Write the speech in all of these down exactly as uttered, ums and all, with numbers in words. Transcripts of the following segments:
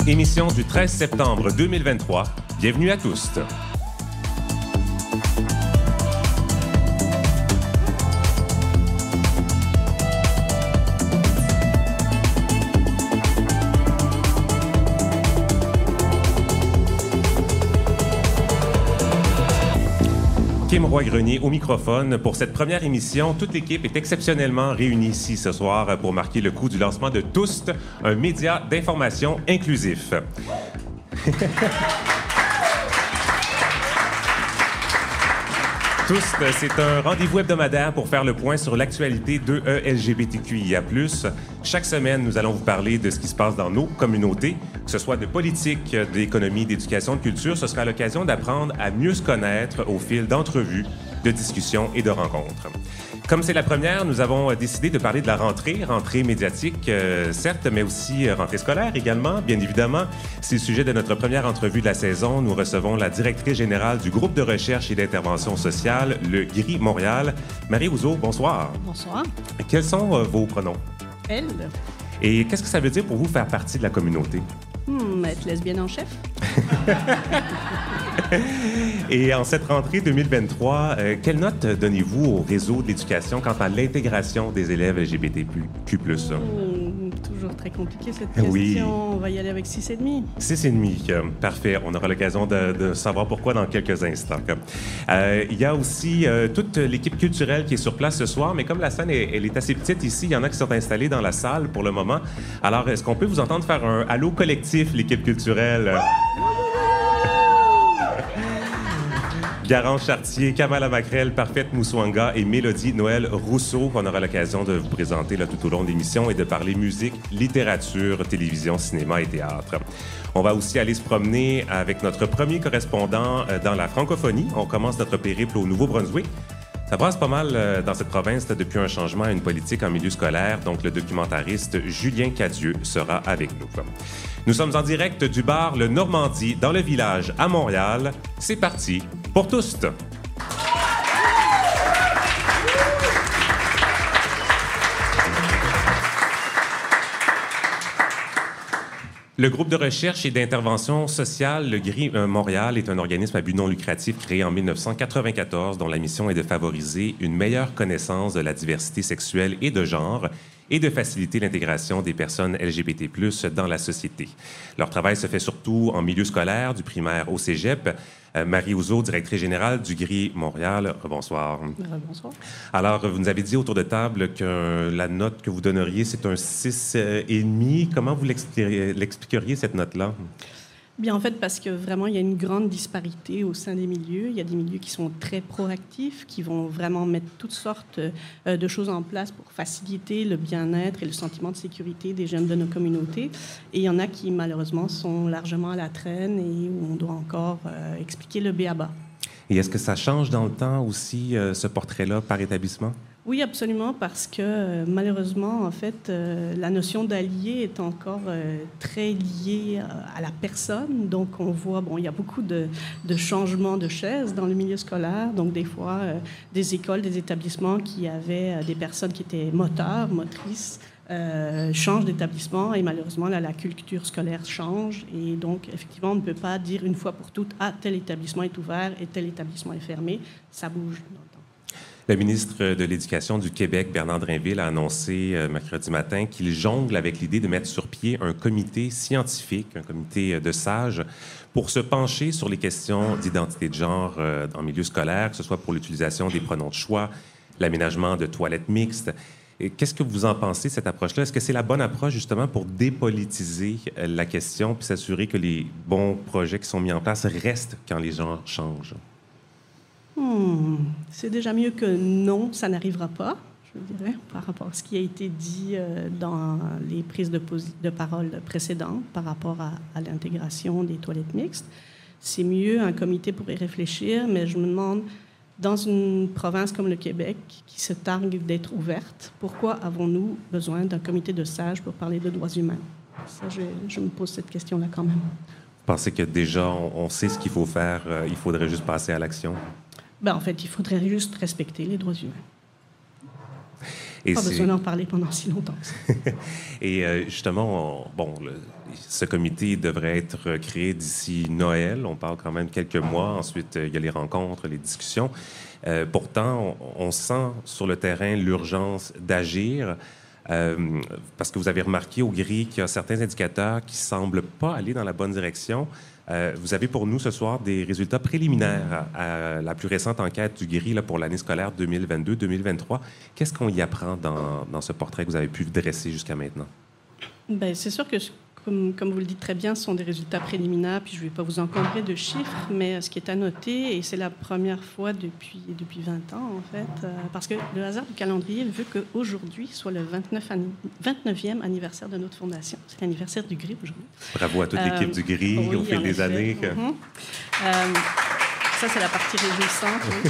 Émission du treize septembre deux mille vingt-trois. Bienvenue à tous. Kim Roy-Grenier au microphone. Pour cette première émission, toute l'équipe est exceptionnellement réunie ici ce soir pour marquer le coup du lancement de Toust, un média d'information inclusif. Toust, c'est un rendez-vous hebdomadaire pour faire le point sur l'actualité de L G B T Q I A plus. Chaque semaine, nous allons vous parler de ce qui se passe dans nos communautés, que ce soit de politique, d'économie, d'éducation, de culture. Ce sera l'occasion d'apprendre à mieux se connaître au fil d'entrevues, de discussions et de rencontres. Comme c'est la première, nous avons décidé de parler de la rentrée, rentrée médiatique, euh, certes, mais aussi euh, rentrée scolaire également, bien évidemment. C'est le sujet de notre première entrevue de la saison. Nous recevons la directrice générale du groupe de recherche et d'intervention sociale, le G R I Montréal. Marie Ouzo, bonsoir. Bonsoir. Quels sont euh, vos pronoms? Elle. Et qu'est-ce que ça veut dire pour vous faire partie de la communauté? Hmm, être lesbienne en chef. Et en cette rentrée deux mille vingt-trois, euh, quelle note donnez-vous au réseau de l'éducation quant à l'intégration des élèves L G B T Q plus? Hmm, toujours très compliqué cette question. Oui. On va y aller avec six virgule cinq. six virgule cinq, euh, parfait. On aura l'occasion de, de savoir pourquoi dans quelques instants. Euh, il y a aussi euh, toute l'équipe culturelle qui est sur place ce soir, mais comme la scène est, elle est assez petite ici, il y en a qui sont installés dans la salle pour le moment. Alors, est-ce qu'on peut vous entendre faire un allô collectif, l'équipe culturelle? Garance Chartier, Kamala Macrel, Parfaite Moussouanga et Mélodie Noël Rousseau. On aura l'occasion de vous présenter là, tout au long de l'émission et de parler musique, littérature, télévision, cinéma et théâtre. On va aussi aller se promener avec notre premier correspondant dans la francophonie. On commence notre périple au Nouveau-Brunswick. Ça brasse pas mal euh, dans cette province là, depuis un changement à une politique en milieu scolaire. Donc, le documentariste Julien Cadieux sera avec nous. Nous sommes en direct du bar Le Normandie dans le village à Montréal. C'est parti pour Toust! Le groupe de recherche et d'intervention sociale, le G R I Montréal, est un organisme à but non lucratif créé en mille neuf cent quatre-vingt-quatorze dont la mission est de favoriser une meilleure connaissance de la diversité sexuelle et de genre et de faciliter l'intégration des personnes L G B T plus dans la société. Leur travail se fait surtout en milieu scolaire, du primaire au cégep. Euh, Marie Ouzo, directrice générale du G R I Montréal, bonsoir. Bonsoir. Alors, vous nous avez dit autour de table que la note que vous donneriez, c'est un six virgule cinq. Comment vous l'expliqueriez, l'expliqueriez cette note-là? Bien, en fait, parce que vraiment, il y a une grande disparité au sein des milieux. Il y a des milieux qui sont très proactifs, qui vont vraiment mettre toutes sortes euh, de choses en place pour faciliter le bien-être et le sentiment de sécurité des jeunes de nos communautés. Et il y en a qui, malheureusement, sont largement à la traîne et où on doit encore euh, expliquer le b a ba. Et est-ce que ça change dans le temps aussi, euh, ce portrait-là, par établissement? Oui, absolument, parce que euh, malheureusement, en fait, euh, la notion d'allié est encore euh, très liée à, à la personne. Donc, on voit, bon, il y a beaucoup de, de changements de chaises dans le milieu scolaire. Donc, des fois, euh, des écoles, des établissements qui avaient euh, des personnes qui étaient moteurs, motrices, euh, changent d'établissement et malheureusement, là, la culture scolaire change. Et donc, effectivement, on ne peut pas dire une fois pour toutes, ah, tel établissement est ouvert et tel établissement est fermé. Ça bouge dans le temps. Le ministre de l'Éducation du Québec, Bernard Drinville, a annoncé euh, mercredi matin qu'il jongle avec l'idée de mettre sur pied un comité scientifique, un comité de sages, pour se pencher sur les questions d'identité de genre euh, en milieu scolaire, que ce soit pour l'utilisation des pronoms de choix, l'aménagement de toilettes mixtes. Et qu'est-ce que vous en pensez, cette approche-là? Est-ce que c'est la bonne approche, justement, pour dépolitiser euh, la question puis s'assurer que les bons projets qui sont mis en place restent quand les gens changent? Hmm, c'est déjà mieux que non, ça n'arrivera pas, je dirais, par rapport à ce qui a été dit euh, dans les prises de, posi- de parole précédentes par rapport à, à l'intégration des toilettes mixtes. C'est mieux, un comité pourrait réfléchir, mais je me demande, dans une province comme le Québec, qui se targue d'être ouverte, pourquoi avons-nous besoin d'un comité de sages pour parler de droits humains? Ça, je, je me pose cette question-là quand même. Vous pensez que déjà, on, on sait ce qu'il faut faire, euh, il faudrait juste passer à l'action? Ben, en fait, il faudrait juste respecter les droits humains. Et pas besoin d'en parler pendant si longtemps. Et euh, justement, on, bon, le, ce comité devrait être créé d'ici Noël. On parle quand même quelques mois. Ensuite, il y a les rencontres, les discussions. Euh, pourtant, on, on sent sur le terrain l'urgence d'agir. Euh, parce que vous avez remarqué au G R I qu'il y a certains indicateurs qui ne semblent pas aller dans la bonne direction. Euh, vous avez pour nous ce soir des résultats préliminaires à, à la plus récente enquête du G R I là, pour l'année scolaire deux mille vingt-deux deux mille vingt-trois. Qu'est-ce qu'on y apprend dans, dans ce portrait que vous avez pu dresser jusqu'à maintenant? Bien, c'est sûr que, comme, comme vous le dites très bien, ce sont des résultats préliminaires, puis je ne vais pas vous encombrer de chiffres, mais ce qui est à noter, et c'est la première fois depuis, depuis vingt ans, en fait, euh, parce que le hasard du calendrier veut qu'aujourd'hui soit le vingt-neuvième anniversaire de notre fondation. C'est l'anniversaire du G R I aujourd'hui. Bravo à toute l'équipe euh, du G R I oui, au fil des effet. années. Que... Mm-hmm. euh, ça, c'est la partie réjouissante, oui.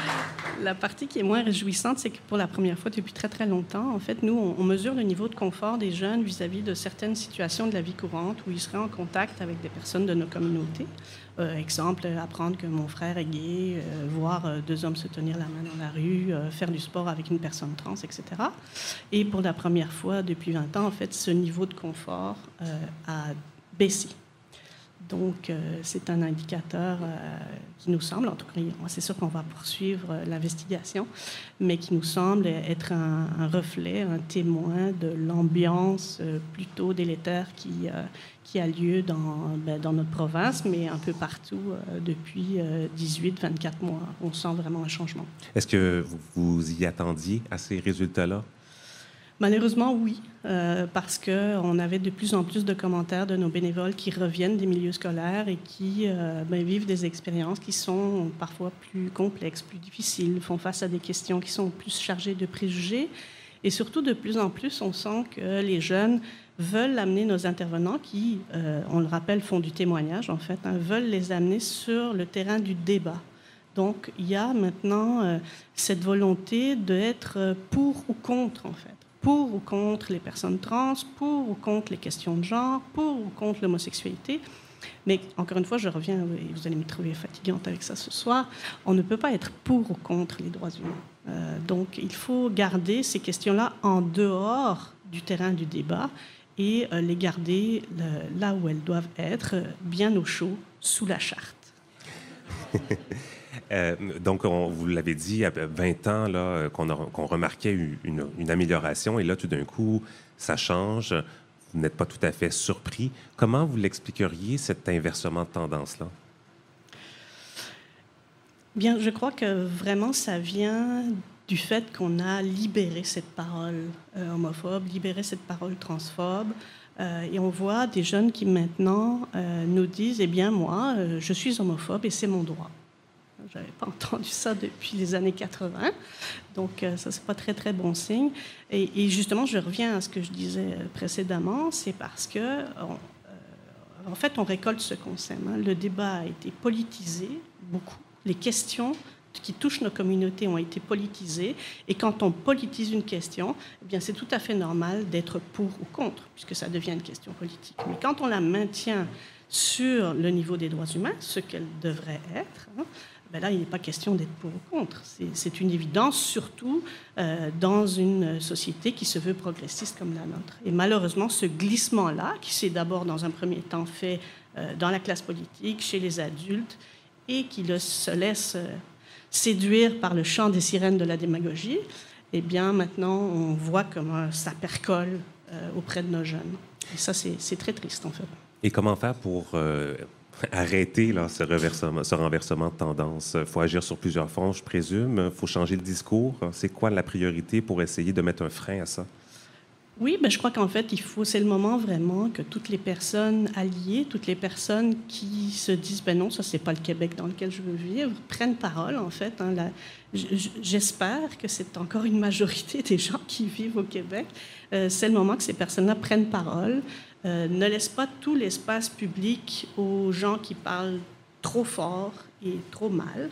La partie qui est moins réjouissante, c'est que pour la première fois depuis très, très longtemps, en fait, nous, on, on mesure le niveau de confort des jeunes vis-à-vis de certaines situations de la vie courante où ils seraient en contact avec des personnes de nos communautés. Euh, exemple, apprendre que mon frère est gay, euh, voir euh, deux hommes se tenir la main dans la rue, euh, faire du sport avec une personne trans, et cetera. Et pour la première fois depuis vingt ans, en fait, ce niveau de confort euh, a baissé. Donc, euh, c'est un indicateur euh, qui nous semble, en tout cas, c'est sûr qu'on va poursuivre euh, l'investigation, mais qui nous semble être un, un reflet, un témoin de l'ambiance euh, plutôt délétère qui, euh, qui a lieu dans, ben, dans notre province, mais un peu partout euh, depuis euh, dix-huit à vingt-quatre mois. On sent vraiment un changement. Est-ce que vous, vous y attendiez à ces résultats-là? Malheureusement, oui, euh, parce qu'on avait de plus en plus de commentaires de nos bénévoles qui reviennent des milieux scolaires et qui euh, ben, vivent des expériences qui sont parfois plus complexes, plus difficiles, font face à des questions qui sont plus chargées de préjugés. Et surtout, de plus en plus, on sent que les jeunes veulent amener nos intervenants qui, euh, on le rappelle, font du témoignage, en fait, hein, veulent les amener sur le terrain du débat. Donc, il y a maintenant euh, cette volonté d'être pour ou contre, en fait. Pour ou contre les personnes trans, pour ou contre les questions de genre, pour ou contre l'homosexualité. Mais encore une fois, je reviens, et vous allez me trouver fatigante avec ça ce soir, on ne peut pas être pour ou contre les droits humains. Euh, donc, il faut garder ces questions-là en dehors du terrain du débat et euh, les garder le, là où elles doivent être, bien au chaud, sous la charte. Euh, donc, on, vous l'avez dit, il y a vingt ans là, qu'on, a, qu'on remarquait une, une amélioration, et là, tout d'un coup, ça change. Vous n'êtes pas tout à fait surpris. Comment vous l'expliqueriez, cet inversement de tendance-là? Bien, je crois que vraiment, ça vient du fait qu'on a libéré cette parole euh, homophobe, libéré cette parole transphobe. Euh, et on voit des jeunes qui, maintenant, euh, nous disent « Eh bien, moi, euh, je suis homophobe et c'est mon droit. » Je n'avais pas entendu ça depuis les années quatre-vingt, donc euh, ça, c'est pas très, très bon signe. Et, et justement, je reviens à ce que je disais précédemment, c'est parce que, on, euh, en fait, on récolte ce qu'on sème. Hein. Le débat a été politisé, beaucoup. Les questions qui touchent nos communautés ont été politisées, et quand on politise une question, eh bien, c'est tout à fait normal d'être pour ou contre, puisque ça devient une question politique. Mais quand on la maintient sur le niveau des droits humains, ce qu'elle devrait être, hein, ben là, il n'est pas question d'être pour ou contre. C'est, c'est une évidence, surtout euh, dans une société qui se veut progressiste comme la nôtre. Et malheureusement, ce glissement-là, qui s'est d'abord, dans un premier temps, fait euh, dans la classe politique, chez les adultes, et qui le, se laisse euh, séduire par le chant des sirènes de la démagogie, eh bien, maintenant, on voit comment ça percole euh, auprès de nos jeunes. Et ça, c'est, c'est très triste, en fait. Et comment faire pour... Euh... arrêter là, ce, reversement, ce renversement de tendance? Il faut agir sur plusieurs fronts, je présume. Il faut changer le discours. C'est quoi la priorité pour essayer de mettre un frein à ça? Oui, ben, je crois qu'en fait, il faut, c'est le moment vraiment que toutes les personnes alliées, toutes les personnes qui se disent ben non, ça, c'est pas le Québec dans lequel je veux vivre, prennent parole, en fait. Hein, la, j'espère que c'est encore une majorité des gens qui vivent au Québec. Euh, c'est le moment que ces personnes-là prennent parole. Euh, ne laisse pas tout l'espace public aux gens qui parlent trop fort et trop mal,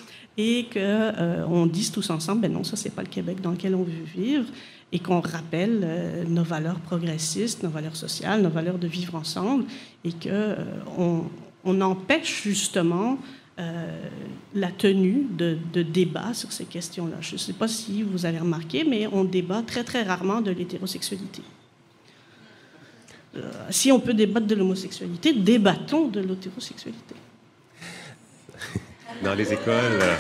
et qu'on euh, dise tous ensemble, ben non, ça, c'est pas le Québec dans lequel on veut vivre, et qu'on rappelle euh, nos valeurs progressistes, nos valeurs sociales, nos valeurs de vivre ensemble, et qu'on euh, on empêche justement euh, la tenue de, de débats sur ces questions-là. Je ne sais pas si vous avez remarqué, mais on débat très, très rarement de l'hétérosexualité. Euh, si on peut débattre de l'homosexualité, débattons de l'hétérosexualité. Dans les écoles, euh,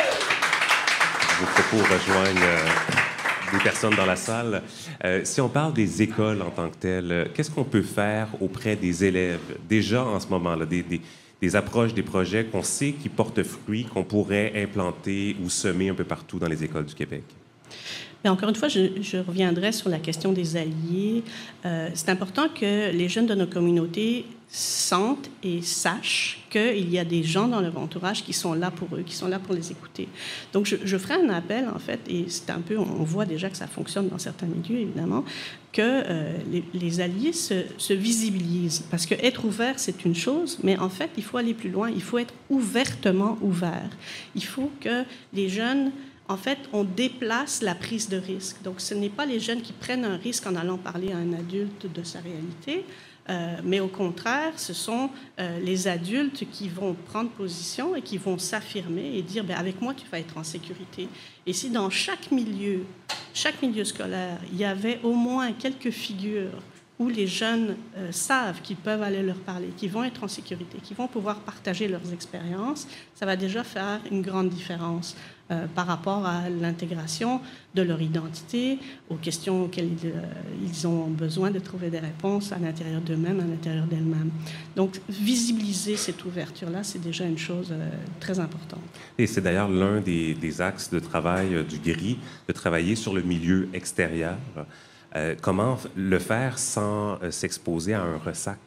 vos propos rejoignent euh, des personnes dans la salle. Euh, si on parle des écoles en tant que telles, euh, qu'est-ce qu'on peut faire auprès des élèves, déjà en ce moment-là, des, des, des approches, des projets qu'on sait qui portent fruit, qu'on pourrait implanter ou semer un peu partout dans les écoles du Québec? Mais encore une fois, je, je reviendrai sur la question des alliés. Euh, c'est important que les jeunes de nos communautés sentent et sachent qu'il y a des gens dans leur entourage qui sont là pour eux, qui sont là pour les écouter. Donc, je, je ferai un appel, en fait, et c'est un peu, on voit déjà que ça fonctionne dans certains milieux, évidemment, que euh, les, les alliés se, se visibilisent. Parce que être ouvert, c'est une chose, mais en fait, il faut aller plus loin. Il faut être ouvertement ouvert. Il faut que les jeunes... En fait, on déplace la prise de risque. Donc, ce n'est pas les jeunes qui prennent un risque en allant parler à un adulte de sa réalité, euh, mais au contraire, ce sont euh, les adultes qui vont prendre position et qui vont s'affirmer et dire, bien, avec moi, tu vas être en sécurité. Et si dans chaque milieu, chaque milieu scolaire, il y avait au moins quelques figures où les jeunes euh, savent qu'ils peuvent aller leur parler, qu'ils vont être en sécurité, qu'ils vont pouvoir partager leurs expériences, ça va déjà faire une grande différence euh, par rapport à l'intégration de leur identité, aux questions auxquelles ils, euh, ils ont besoin de trouver des réponses à l'intérieur d'eux-mêmes, à l'intérieur d'elles-mêmes. Donc, visibiliser cette ouverture-là, c'est déjà une chose euh, très importante. Et c'est d'ailleurs l'un des, des axes de travail euh, du G R I, de travailler sur le milieu extérieur. Euh, comment le faire sans euh, s'exposer à un ressac?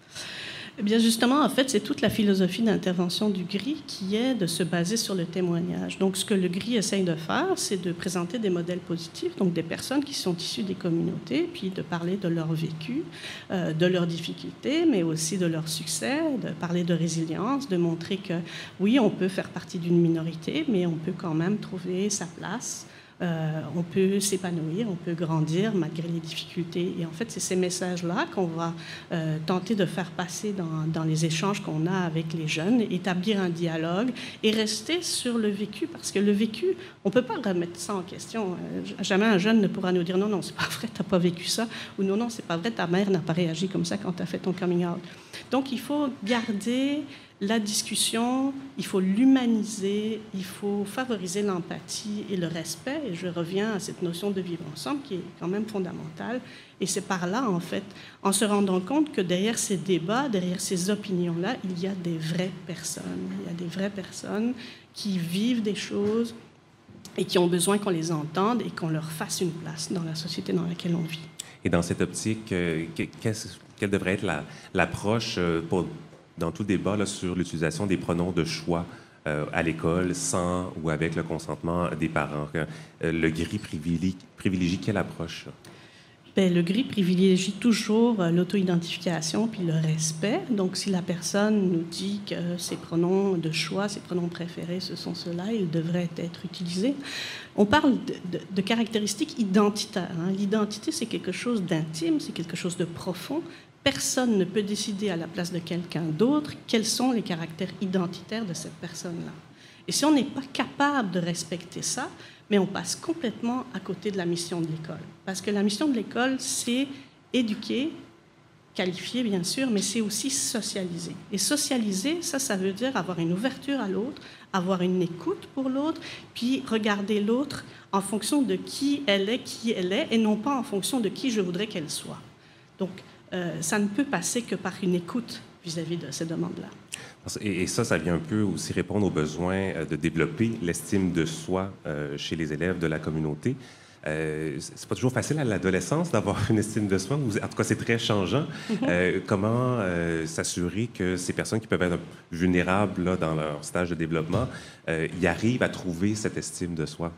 Eh bien, justement, en fait, c'est toute la philosophie d'intervention du G R I qui est de se baser sur le témoignage. Donc, ce que le G R I essaye de faire, c'est de présenter des modèles positifs, donc des personnes qui sont issues des communautés, puis de parler de leur vécu, euh, de leurs difficultés, mais aussi de leur succès, de parler de résilience, de montrer que, oui, on peut faire partie d'une minorité, mais on peut quand même trouver sa place. Euh, on peut s'épanouir, on peut grandir malgré les difficultés. Et en fait, c'est ces messages-là qu'on va euh, tenter de faire passer dans, dans les échanges qu'on a avec les jeunes, établir un dialogue et rester sur le vécu, parce que le vécu, on ne peut pas remettre ça en question. Euh, jamais un jeune ne pourra nous dire « Non, non, c'est pas vrai, tu n'as pas vécu ça » ou « Non, non, c'est pas vrai, ta mère n'a pas réagi comme ça quand tu as fait ton coming out ». Donc, il faut garder la discussion, il faut l'humaniser, il faut favoriser l'empathie et le respect. Et je reviens à cette notion de vivre ensemble qui est quand même fondamentale. Et c'est par là, en fait, en se rendant compte que derrière ces débats, derrière ces opinions-là, il y a des vraies personnes. Il y a des vraies personnes qui vivent des choses et qui ont besoin qu'on les entende et qu'on leur fasse une place dans la société dans laquelle on vit. Et dans cette optique, euh, quelle devrait être la, l'approche euh, pour... dans tout débat là, sur l'utilisation des pronoms de choix euh, à l'école, sans ou avec le consentement des parents. Euh, le G R I privilégie, privilégie quelle approche? Bien, le G R I privilégie toujours l'auto-identification puis le respect. Donc, si la personne nous dit que ses pronoms de choix, ses pronoms préférés, ce sont ceux-là, ils devraient être utilisés. On parle de, de, de caractéristiques identitaires. Hein. L'identité, c'est quelque chose d'intime, c'est quelque chose de profond. Personne ne peut décider à la place de quelqu'un d'autre quels sont les caractères identitaires de cette personne-là. Et si on n'est pas capable de respecter ça, mais on passe complètement à côté de la mission de l'école. Parce que la mission de l'école, c'est éduquer, qualifier bien sûr, mais c'est aussi socialiser. Et socialiser, ça, ça veut dire avoir une ouverture à l'autre, avoir une écoute pour l'autre, puis regarder l'autre en fonction de qui elle est, qui elle est, et non pas en fonction de qui je voudrais qu'elle soit. Donc, Euh, ça ne peut passer que par une écoute vis-à-vis de ces demandes-là. Et, et ça, ça vient un peu aussi répondre aux besoins de développer l'estime de soi euh, chez les élèves de la communauté. Euh, c'est pas toujours facile à l'adolescence d'avoir une estime de soi. En tout cas, c'est très changeant. Euh, comment euh, s'assurer que ces personnes qui peuvent être vulnérables là, dans leur stage de développement euh, y arrivent à trouver cette estime de soi?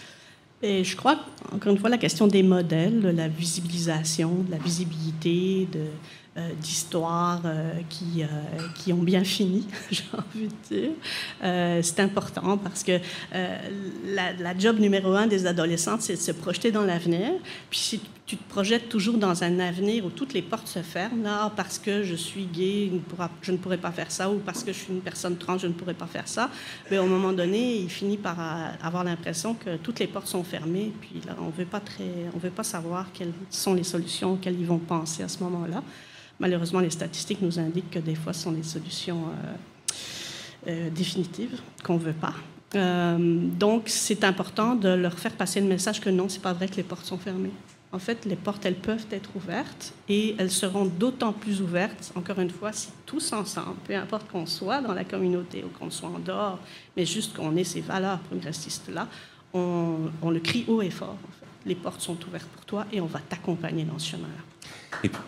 Et je crois, encore une fois, la question des modèles, la visibilisation, la visibilité, de, euh, d'histoires euh, qui, euh, qui ont bien fini, j'ai envie de dire. Euh, c'est important parce que euh, la, la job numéro un des adolescentes, c'est de se projeter dans l'avenir. Puis si tu te projettes toujours dans un avenir où toutes les portes se ferment, là, parce que je suis gay, je ne pourrais pas faire ça, ou parce que je suis une personne trans, je ne pourrais pas faire ça, mais à un moment donné, il finit par avoir l'impression que toutes les portes sont fermées, puis là, on ne veut pas très, on veut pas savoir quelles sont les solutions auxquelles ils vont penser à ce moment-là. Malheureusement, les statistiques nous indiquent que des fois, ce sont des solutions euh, euh, définitives qu'on ne veut pas. Euh, donc, c'est important de leur faire passer le message que non, ce n'est pas vrai que les portes sont fermées. En fait, les portes, elles peuvent être ouvertes et elles seront d'autant plus ouvertes, encore une fois, si tous ensemble, peu importe qu'on soit dans la communauté ou qu'on soit en dehors, mais juste qu'on ait ces valeurs progressistes-là, on, on le crie haut et fort. En fait. Les portes sont ouvertes pour toi et on va t'accompagner dans ce chemin-là. Et puis...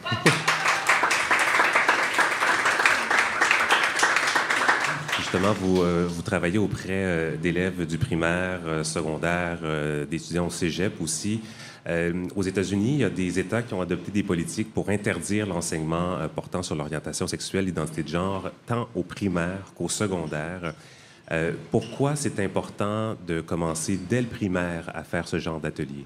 Justement, vous, euh, vous travaillez auprès euh, d'élèves du primaire, euh, secondaire, euh, d'étudiants au cégep aussi. Euh, aux États-Unis, il y a des États qui ont adopté des politiques pour interdire l'enseignement euh, portant sur l'orientation sexuelle, l'identité de genre, tant au primaire qu'au secondaire. Euh, pourquoi c'est important de commencer dès le primaire à faire ce genre d'atelier?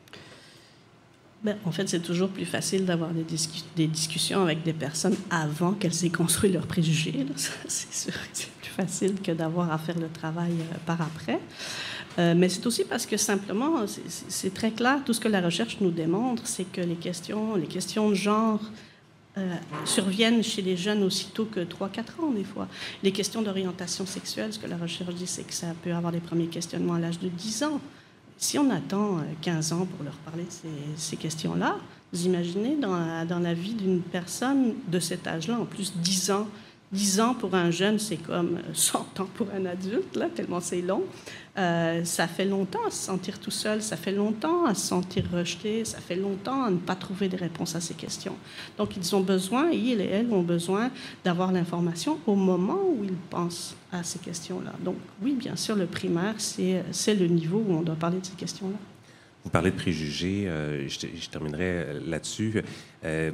Bien, en fait, c'est toujours plus facile d'avoir des, discu- des discussions avec des personnes avant qu'elles aient construit leurs préjugés. Là. C'est sûr que c'est plus facile que d'avoir à faire le travail euh, par après. Euh, mais c'est aussi parce que simplement, c'est, c'est très clair, tout ce que la recherche nous démontre, c'est que les questions, les questions de genre euh, surviennent chez les jeunes aussitôt que trois à quatre ans, des fois. Les questions d'orientation sexuelle, ce que la recherche dit, c'est que ça peut avoir les premiers questionnements à l'âge de dix ans. Si on attend quinze ans pour leur parler de ces, ces questions-là, vous imaginez dans la, dans la vie d'une personne de cet âge-là, en plus dix ans, dix ans pour un jeune, c'est comme cent ans pour un adulte, là, tellement c'est long. Euh, ça fait longtemps à se sentir tout seul, ça fait longtemps à se sentir rejeté, ça fait longtemps à ne pas trouver des réponses à ces questions. Donc, ils ont besoin, ils et elles ont besoin d'avoir l'information au moment où ils pensent à ces questions-là. Donc, oui, bien sûr, le primaire, c'est, c'est le niveau où on doit parler de ces questions-là. Vous parlez de préjugés, euh, je, je terminerai là-dessus. Euh,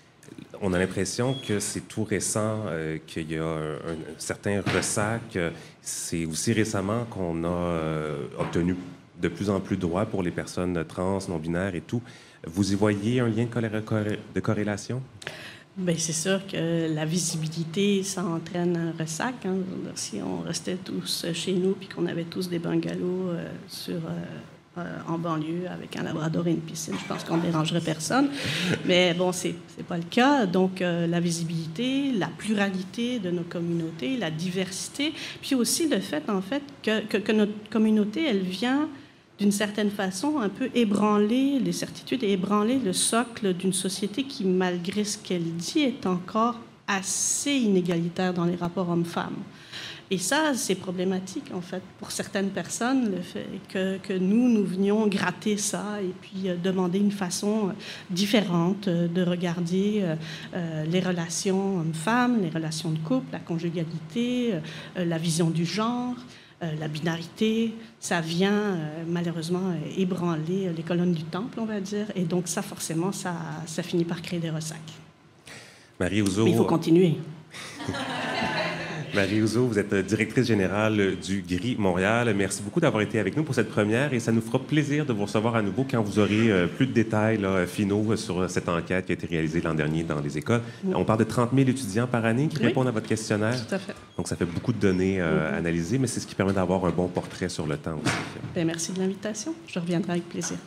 On a l'impression que c'est tout récent, euh, qu'il y a un, un certain ressac. C'est aussi récemment qu'on a euh, obtenu de plus en plus de droits pour les personnes trans, non-binaires et tout. Vous y voyez un lien de, corré- corré- de corrélation? Bien, c'est sûr que la visibilité, ça entraîne un ressac. Hein. Si on restait tous chez nous puis qu'on avait tous des bungalows euh, sur... Euh, en banlieue, avec un labrador et une piscine, je pense qu'on ne dérangerait personne. Mais bon, ce n'est pas le cas. Donc, euh, la visibilité, la pluralité de nos communautés, la diversité, puis aussi le fait, en fait, que, que, que notre communauté, elle vient, d'une certaine façon, un peu ébranler les certitudes et ébranler le socle d'une société qui, malgré ce qu'elle dit, est encore assez inégalitaire dans les rapports hommes-femmes. Et ça, c'est problématique, en fait, pour certaines personnes, le fait que, que nous, nous venions gratter ça et puis euh, demander une façon différente euh, de regarder euh, les relations hommes-femmes, les relations de couple, la conjugalité, euh, la vision du genre, euh, la binarité. Ça vient, euh, malheureusement, ébranler les colonnes du temple, on va dire. Et donc, ça, forcément, ça, ça finit par créer des ressacs. Marie Houzeau... Mais il faut continuer. Marie Houzeau, vous êtes directrice générale du G R I Montréal. Merci beaucoup d'avoir été avec nous pour cette première et ça nous fera plaisir de vous recevoir à nouveau quand vous aurez plus de détails là, finaux sur cette enquête qui a été réalisée l'an dernier dans les écoles. Oui. On parle de trente mille étudiants par année qui oui. répondent à votre questionnaire. Tout à fait. Donc, ça fait beaucoup de données euh, mm-hmm. analysées, mais c'est ce qui permet d'avoir un bon portrait sur le temps aussi. Bien, merci de l'invitation. Je reviendrai avec plaisir.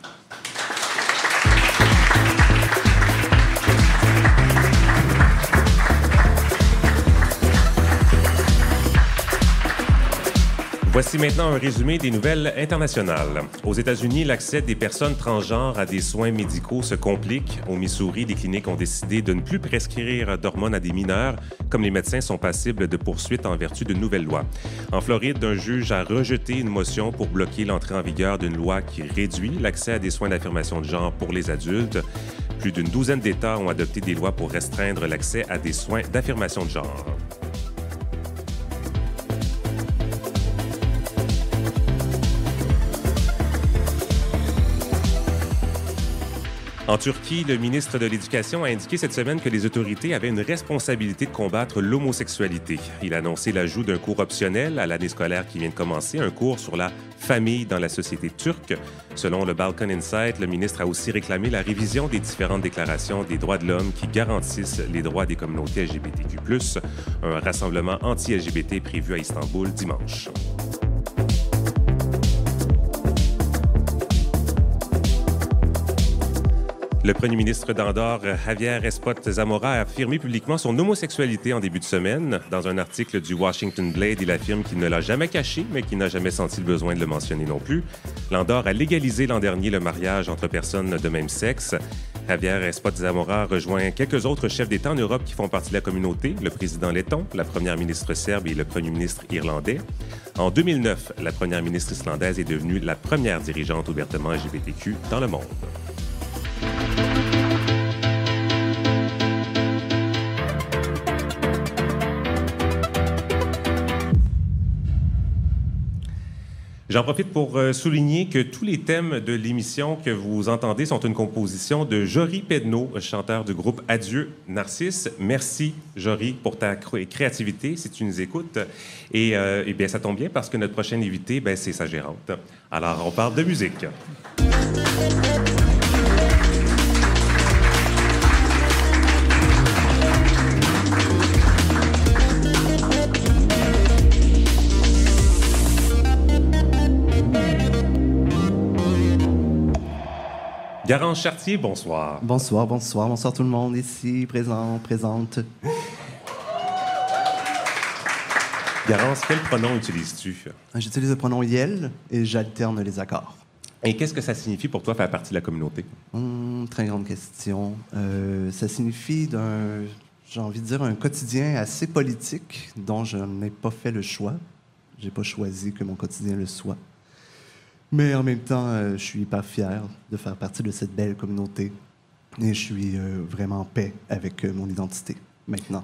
Voici maintenant un résumé des nouvelles internationales. Aux États-Unis, l'accès des personnes transgenres à des soins médicaux se complique. Au Missouri, les cliniques ont décidé de ne plus prescrire d'hormones à des mineurs, comme les médecins sont passibles de poursuites en vertu de nouvelles lois. En Floride, un juge a rejeté une motion pour bloquer l'entrée en vigueur d'une loi qui réduit l'accès à des soins d'affirmation de genre pour les adultes. Plus d'une douzaine d'États ont adopté des lois pour restreindre l'accès à des soins d'affirmation de genre. En Turquie, le ministre de l'Éducation a indiqué cette semaine que les autorités avaient une responsabilité de combattre l'homosexualité. Il a annoncé l'ajout d'un cours optionnel à l'année scolaire qui vient de commencer, un cours sur la famille dans la société turque. Selon le Balkan Insight, le ministre a aussi réclamé la révision des différentes déclarations des droits de l'homme qui garantissent les droits des communautés L G B T Q plus, un rassemblement anti-L G B T prévu à Istanbul dimanche. Le premier ministre d'Andorre, Javier Espot Zamora, a affirmé publiquement son homosexualité en début de semaine. Dans un article du Washington Blade, il affirme qu'il ne l'a jamais caché, mais qu'il n'a jamais senti le besoin de le mentionner non plus. L'Andorre a légalisé l'an dernier le mariage entre personnes de même sexe. Javier Espot Zamora rejoint quelques autres chefs d'État en Europe qui font partie de la communauté, le président letton, la première ministre serbe et le premier ministre irlandais. En deux mille neuf, la première ministre islandaise est devenue la première dirigeante ouvertement L G B T Q dans le monde. J'en profite pour souligner que tous les thèmes de l'émission que vous entendez sont une composition de Jory Pedneau, chanteur du groupe Adieu Narcisse. Merci, Jory, pour ta créativité, si tu nous écoutes. Et, euh, eh bien, ça tombe bien parce que notre prochaine invitée, ben, c'est sa gérante. Alors, on parle de musique. Garance Chartier, bonsoir. Bonsoir, bonsoir, bonsoir tout le monde ici, présent, présente. Garance, quel pronom utilises-tu? J'utilise le pronom « yel » et j'alterne les accords. Et qu'est-ce que ça signifie pour toi faire partie de la communauté? Hum, très grande question. Euh, ça signifie d'un, j'ai envie de dire, un quotidien assez politique dont je n'ai pas fait le choix. Je n'ai pas choisi que mon quotidien le soit. Mais en même temps, euh, je suis hyper fier de faire partie de cette belle communauté et je suis euh, vraiment en paix avec euh, mon identité maintenant.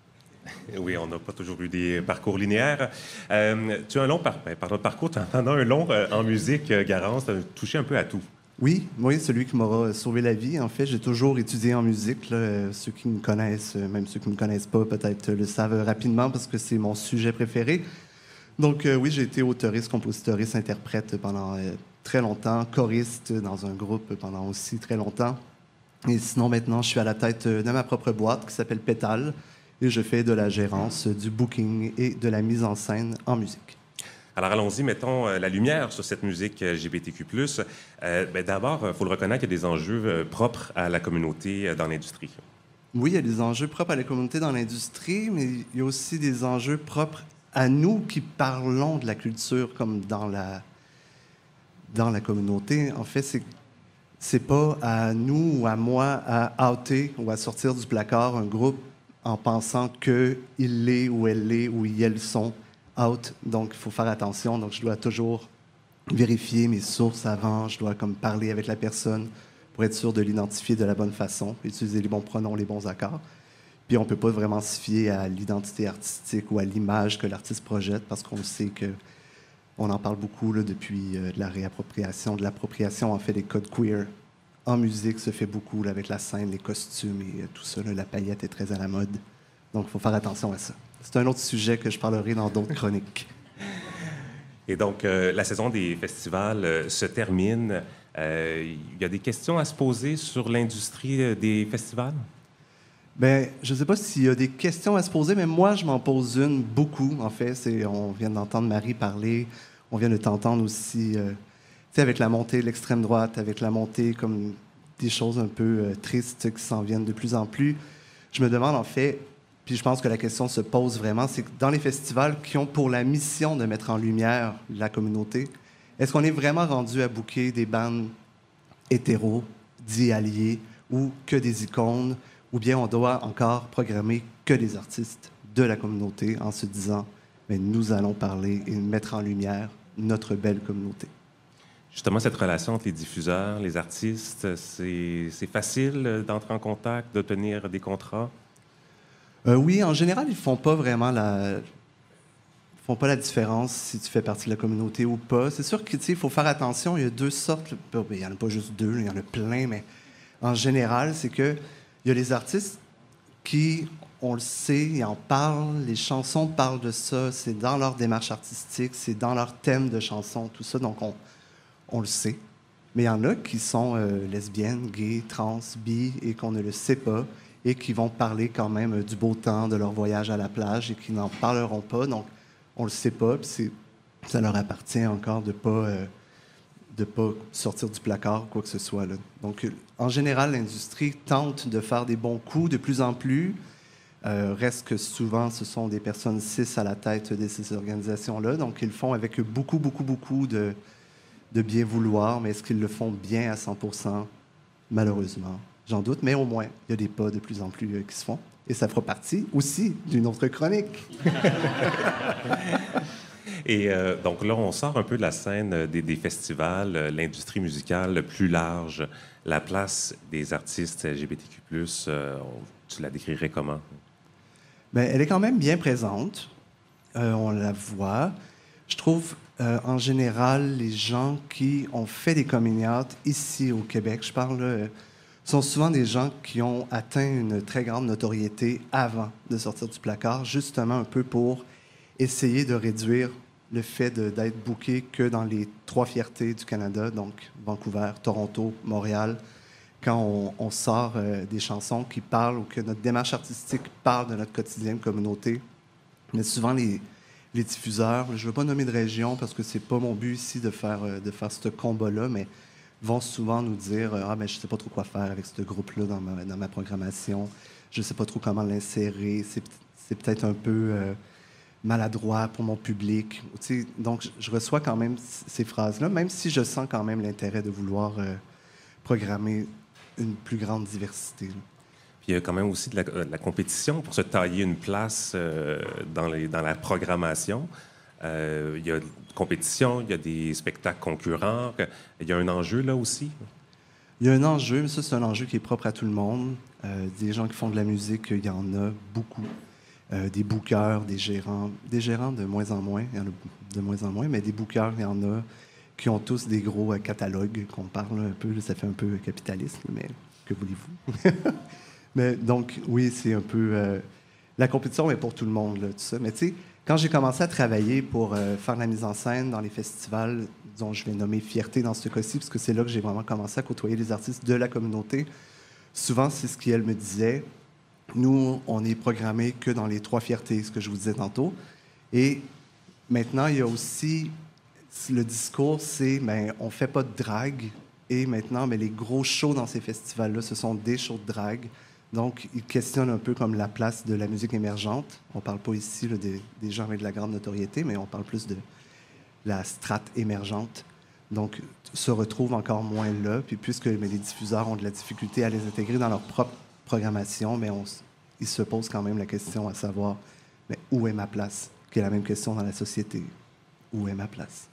Oui, on n'a pas toujours eu des parcours linéaires. Euh, tu as un long par... ben, pardon, parcours, tu en as un long euh, en musique, euh, Garance, tu as touché un peu à tout. Oui, oui, celui qui m'aura sauvé la vie. En fait, j'ai toujours étudié en musique. Là. Ceux qui me connaissent, même ceux qui ne me connaissent pas, peut-être le savent rapidement parce que c'est mon sujet préféré. Donc euh, oui, j'ai été auteuriste, compositoriste, interprète pendant euh, très longtemps, choriste dans un groupe pendant aussi très longtemps. Et sinon, maintenant, je suis à la tête de ma propre boîte qui s'appelle Pétale et je fais de la gérance, du booking et de la mise en scène en musique. Alors allons-y, mettons euh, la lumière sur cette musique L G B T Q plus. Euh, ben, d'abord, il faut le reconnaître qu'il y a des enjeux euh, propres à la communauté euh, dans l'industrie. Oui, il y a des enjeux propres à la communauté dans l'industrie, mais il y a aussi des enjeux propres à nous qui parlons de la culture comme dans la, dans la communauté. En fait, c'est, c'est pas à nous ou à moi à outer ou à sortir du placard un groupe en pensant qu'il l'est ou elle l'est ou elles sont out. Donc, il faut faire attention. Donc, je dois toujours vérifier mes sources avant. Je dois comme parler avec la personne pour être sûr de l'identifier de la bonne façon, utiliser les bons pronoms, les bons accords. Puis on ne peut pas vraiment se fier à l'identité artistique ou à l'image que l'artiste projette parce qu'on sait qu'on en parle beaucoup là, depuis euh, de la réappropriation, de l'appropriation en fait des codes queer. En musique, se fait beaucoup là, avec la scène, les costumes et euh, tout ça. Là, la paillette est très à la mode. Donc, il faut faire attention à ça. C'est un autre sujet que je parlerai dans d'autres chroniques. Et donc, euh, la saison des festivals euh, se termine. Il euh, y a des questions à se poser sur l'industrie euh, des festivals? Bien, je ne sais pas s'il y a des questions à se poser, mais moi, je m'en pose une beaucoup, en fait. C'est, on vient d'entendre Marie parler, on vient de t'entendre aussi, euh, tu sais, avec la montée de l'extrême droite, avec la montée comme des choses un peu euh, tristes qui s'en viennent de plus en plus. Je me demande, en fait, puis je pense que la question se pose vraiment, c'est que dans les festivals qui ont pour la mission de mettre en lumière la communauté, est-ce qu'on est vraiment rendu à booker des bandes hétéros, dits alliés, ou que des icônes, ou bien on doit encore programmer que des artistes de la communauté en se disant mais nous allons parler et mettre en lumière notre belle communauté. Justement, cette relation entre les diffuseurs, les artistes, c'est, c'est facile d'entrer en contact, d'obtenir des contrats? Euh, oui, en général, ils font pas vraiment la... Ils font pas la différence si tu fais partie de la communauté ou pas. C'est sûr qu'il faut faire attention, il y a deux sortes, il n'y en a pas juste deux, il y en a plein, mais en général, c'est qu'il y a les artistes qui, on le sait, ils en parlent, les chansons parlent de ça, c'est dans leur démarche artistique, c'est dans leur thème de chanson, tout ça, donc on, on le sait. Mais il y en a qui sont euh, lesbiennes, gays, trans, bi, et qu'on ne le sait pas, et qui vont parler quand même euh, du beau temps, de leur voyage à la plage, et qui n'en parleront pas. Donc, on le sait pas, puis c'est, ça leur appartient encore de pas, euh, de pas sortir du placard ou quoi que ce soit, là. Donc, euh, en général, l'industrie tente de faire des bons coups de plus en plus. Euh, reste que souvent, ce sont des personnes cis à la tête de ces organisations-là. Donc, ils le font avec beaucoup, beaucoup, beaucoup de... de bien vouloir, mais est-ce qu'ils le font bien à cent pour cent? Malheureusement, j'en doute, mais au moins, il y a des pas de plus en plus euh, qui se font. Et ça fera partie aussi d'une autre chronique. Et euh, donc là, on sort un peu de la scène des, des festivals, euh, l'industrie musicale plus large, la place des artistes L G B T Q plus, euh, on, tu la décrirais comment? Bien, elle est quand même bien présente. Euh, on la voit. Je trouve... Euh, en général, les gens qui ont fait des coming out ici au Québec, je parle, euh, sont souvent des gens qui ont atteint une très grande notoriété avant de sortir du placard, justement un peu pour essayer de réduire le fait de, d'être booké que dans les trois fiertés du Canada, donc Vancouver, Toronto, Montréal, quand on, on sort euh, des chansons qui parlent ou que notre démarche artistique parle de notre quotidien de communauté. Mais souvent, les Les diffuseurs, je ne veux pas nommer de région parce que c'est pas mon but ici de faire, de faire ce combat-là, mais vont souvent nous dire « Ah, mais je ne sais pas trop quoi faire avec ce groupe-là dans ma, dans ma programmation. Je ne sais pas trop comment l'insérer. C'est, c'est peut-être un peu euh, maladroit pour mon public. » Tu sais, donc, je reçois quand même ces phrases-là, même si je sens quand même l'intérêt de vouloir euh, programmer une plus grande diversité, là. Puis il y a quand même aussi de la, de la compétition pour se tailler une place euh, dans, les, dans la programmation. Euh, il y a de compétition, il y a des spectacles concurrents. Il y a un enjeu là aussi. Il y a un enjeu, mais ça, c'est un enjeu qui est propre à tout le monde. Euh, des gens qui font de la musique, il y en a beaucoup. Euh, des bookers, des gérants. Des gérants de moins en moins, il y en a de moins en moins, mais des bookers, il y en a qui ont tous des gros euh, catalogues qu'on parle un peu. Ça fait un peu capitaliste, mais que voulez-vous? Mais donc, oui, c'est un peu... Euh, la compétition est pour tout le monde, là, tout ça. Mais tu sais, quand j'ai commencé à travailler pour euh, faire la mise en scène dans les festivals, dont je vais nommer Fierté dans ce cas-ci, parce que c'est là que j'ai vraiment commencé à côtoyer les artistes de la communauté, souvent, c'est ce qu'elle me disait. Nous, on est programmé que dans les trois fiertés, ce que je vous disais tantôt. Et maintenant, il y a aussi... Le discours, c'est, bien, on ne fait pas de drague. Et maintenant, bien, les gros shows dans ces festivals-là, ce sont des shows de drague. Donc, ils questionnent un peu comme la place de la musique émergente. On ne parle pas ici là, des, des gens avec de la grande notoriété, mais on parle plus de la strate émergente. Donc, se retrouvent encore moins là. Puis, puisque mais les diffuseurs ont de la difficulté à les intégrer dans leur propre programmation, mais on, ils se posent quand même la question à savoir, mais où est ma place? Qui est la même question dans la société. Où est ma place?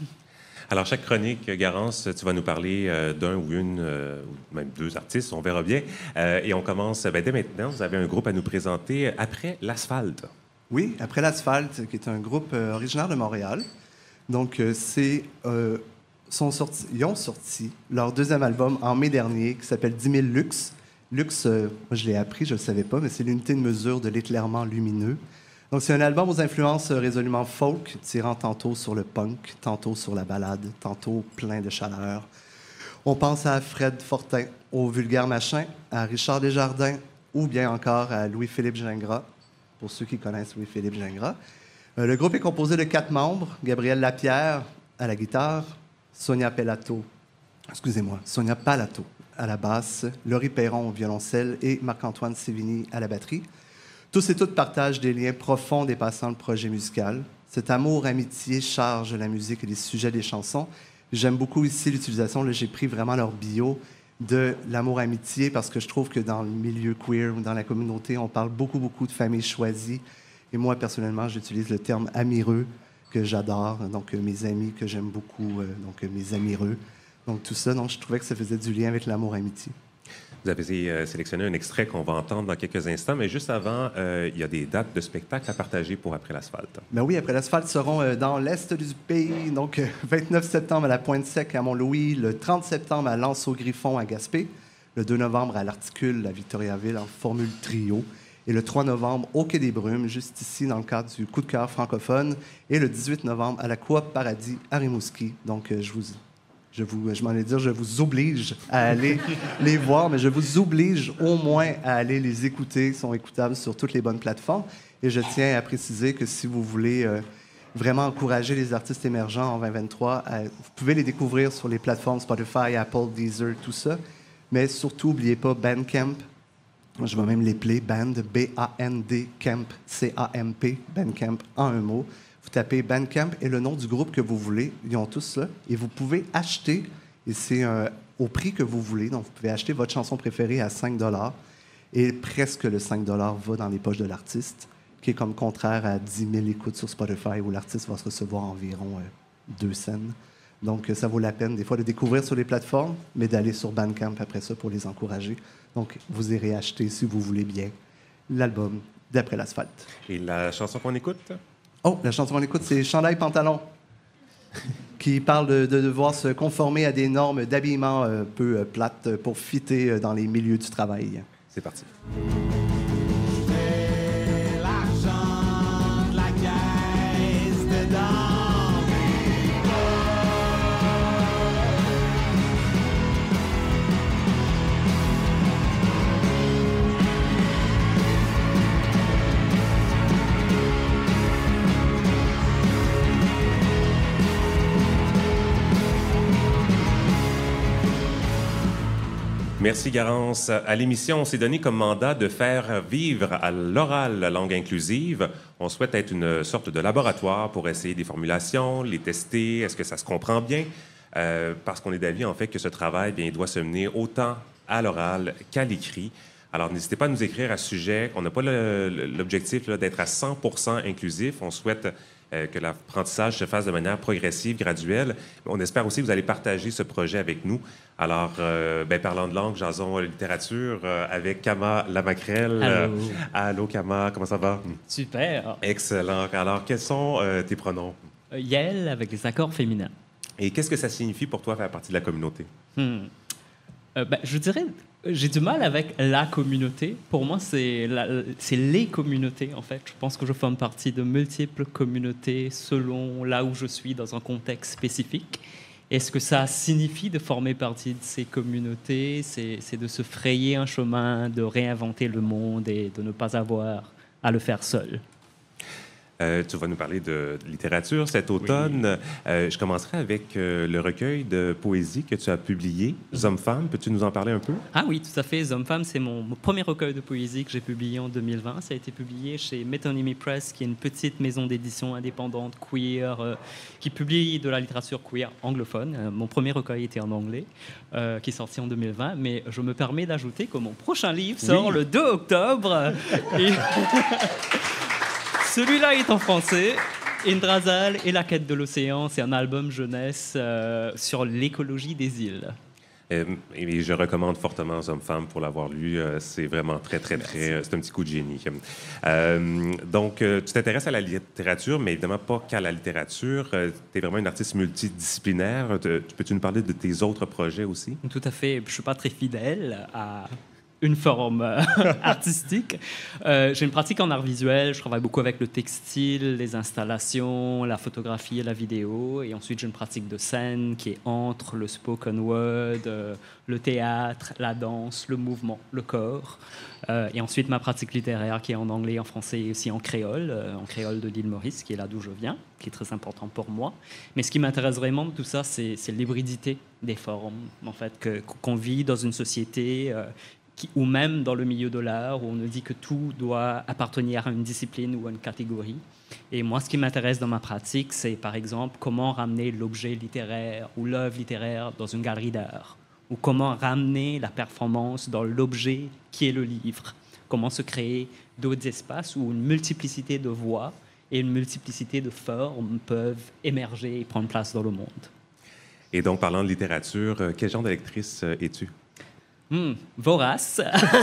Alors, chaque chronique, Garance, tu vas nous parler euh, d'un ou une, euh, ou même deux artistes, on verra bien. Euh, et on commence ben, dès maintenant. Vous avez un groupe à nous présenter, Après l'Asphalte. Oui, Après l'Asphalte, qui est un groupe euh, originaire de Montréal. Donc, euh, c'est, euh, sont sortis, ils ont sorti leur deuxième album en mai dernier, qui s'appelle dix mille Lux. Lux, euh, moi, je l'ai appris, je ne le savais pas, mais c'est l'unité de mesure de l'éclairement lumineux. Donc, c'est un album aux influences résolument folk, tirant tantôt sur le punk, tantôt sur la ballade, tantôt plein de chaleur. On pense à Fred Fortin, au Vulgaire Machin, à Richard Desjardins, ou bien encore à Louis-Philippe Gingras, pour ceux qui connaissent Louis-Philippe Gingras. Euh, le groupe est composé de quatre membres. Gabriel Lapierre à la guitare, Sonia Pelato, excusez-moi, Sonia Palato à la basse, Laurie Perron au violoncelle et Marc-Antoine Sévigny à la batterie. Tous et toutes partagent des liens profonds dépassant le projet musical. Cet amour-amitié charge la musique et les sujets des chansons. J'aime beaucoup ici l'utilisation, là, j'ai pris vraiment leur bio de l'amour-amitié parce que je trouve que dans le milieu queer ou dans la communauté, on parle beaucoup, beaucoup de familles choisies. Et moi, personnellement, j'utilise le terme amireux que j'adore. Donc, euh, mes amis que j'aime beaucoup, euh, donc euh, mes amireux. Donc, tout ça, donc, je trouvais que ça faisait du lien avec l'amour-amitié. Vous avez euh, sélectionné un extrait qu'on va entendre dans quelques instants, mais juste avant, euh, il y a des dates de spectacle à partager pour Après l'Asphalte. Ben oui, Après l'Asphalte seront euh, dans l'est du pays, donc euh, vingt-neuf septembre à la Pointe-Sec à Mont-Louis, le trente septembre à L'Anse-au-Griffon à Gaspé, Le deux novembre, à l'Articule, à Victoriaville, en formule trio. Et le trois novembre, au Quai des Brumes, juste ici, dans le cadre du Coup de cœur francophone. Et le dix-huit novembre, à la Coop Paradis, à Rimouski. Donc, euh, je vous... Je, vous, je m'en ai dire, je vous oblige à aller les voir, mais je vous oblige au moins à aller les écouter. Ils sont écoutables sur toutes les bonnes plateformes. Et je tiens à préciser que si vous voulez euh, vraiment encourager les artistes émergents en vingt vingt-trois, euh, vous pouvez les découvrir sur les plateformes Spotify, Apple, Deezer, tout ça. Mais surtout, n'oubliez pas Bandcamp. Moi, je vais même les player, Band, B A N D, Camp, C A M P, Bandcamp, en un mot. Vous tapez Bandcamp et le nom du groupe que vous voulez. Ils ont tous ça. Et vous pouvez acheter, et c'est euh, au prix que vous voulez. Donc, vous pouvez acheter votre chanson préférée à cinq dollars. Et presque le cinq dollars va dans les poches de l'artiste, qui est comme contraire à dix mille écoutes sur Spotify, où l'artiste va se recevoir environ euh, deux cents. Donc, ça vaut la peine, des fois, de découvrir sur les plateformes, mais d'aller sur Bandcamp après ça pour les encourager. Donc, vous irez acheter, si vous voulez bien, l'album d'Après l'asphalte. Et la chanson qu'on écoute? Oh, la chanson qu'on écoute, c'est Chandail Pantalon, qui parle de, de devoir se conformer à des normes d'habillement un peu euh, plates pour fitter euh, dans les milieux du travail. C'est parti. C'est l'argent de la caisse dedans. Merci, Garance. À l'émission, on s'est donné comme mandat de faire vivre à l'oral la langue inclusive. On souhaite être une sorte de laboratoire pour essayer des formulations, les tester, est-ce que ça se comprend bien? Euh, parce qu'on est d'avis, en fait, que ce travail bien, doit se mener autant à l'oral qu'à l'écrit. Alors, n'hésitez pas à nous écrire à ce sujet. On n'a pas le, le, l'objectif là, d'être à cent pour cent inclusif. On souhaite euh, que l'apprentissage se fasse de manière progressive, graduelle. On espère aussi que vous allez partager ce projet avec nous. Alors, euh, ben, parlant de langue, jason littérature, euh, avec Kama Lamacrelle. Allô. Euh, allô, Kama, comment ça va? Super. Excellent. Alors, quels sont euh, tes pronoms? Euh, Yel avec les accords féminins. Et qu'est-ce que ça signifie pour toi faire partie de la communauté? Hmm. Euh, ben, je dirais, j'ai du mal avec la communauté. Pour moi, c'est, la, c'est les communautés, en fait. Je pense que je forme partie de multiples communautés selon là où je suis dans un contexte spécifique. Est-ce que ça signifie de former partie de ces communautés? C'est, c'est de se frayer un chemin, de réinventer le monde et de ne pas avoir à le faire seul. Euh, tu vas nous parler de littérature cet automne. Oui. Euh, je commencerai avec euh, le recueil de poésie que tu as publié, mm-hmm. Hommes-Femmes. Peux-tu nous en parler un peu? Ah oui, tout à fait. Hommes-Femmes, c'est mon, mon premier recueil de poésie que j'ai publié en deux mille vingt. Ça a été publié chez Metonymy Press, qui est une petite maison d'édition indépendante queer euh, qui publie de la littérature queer anglophone. Euh, mon premier recueil était en anglais, euh, qui est sorti en deux mille vingt. Mais je me permets d'ajouter que mon prochain livre sort oui. le deux octobre. et... Celui-là est en français. Indrazal et la quête de l'océan, c'est un album jeunesse euh, sur l'écologie des îles. Et, et je recommande fortement Hommes-Femmes pour l'avoir lu. Euh, c'est vraiment très, très, Merci. très... C'est un petit coup de génie. Euh, donc, euh, tu t'intéresses à la littérature, mais évidemment pas qu'à la littérature. Euh, tu es vraiment une artiste multidisciplinaire. Te, peux-tu nous parler de tes autres projets aussi? Tout à fait. Je ne suis pas très fidèle à... une forme euh, artistique. Euh, j'ai une pratique en art visuel. Je travaille beaucoup avec le textile, les installations, la photographie et la vidéo. Et ensuite, j'ai une pratique de scène qui est entre le spoken word, euh, le théâtre, la danse, le mouvement, le corps. Euh, et ensuite, ma pratique littéraire qui est en anglais, en français et aussi en créole, euh, en créole de l'île Maurice, qui est là d'où je viens, qui est très important pour moi. Mais ce qui m'intéresse vraiment de tout ça, c'est, c'est l'hybridité des formes, en fait, que, qu'on vit dans une société... Euh, Qui, ou même dans le milieu de l'art, où on nous dit que tout doit appartenir à une discipline ou à une catégorie. Et moi, ce qui m'intéresse dans ma pratique, c'est par exemple comment ramener l'objet littéraire ou l'œuvre littéraire dans une galerie d'art, ou comment ramener la performance dans l'objet qui est le livre, comment se créer d'autres espaces où une multiplicité de voix et une multiplicité de formes peuvent émerger et prendre place dans le monde. Et donc, parlant de littérature, quel genre de lectrice es-tu? Hmm, vorace,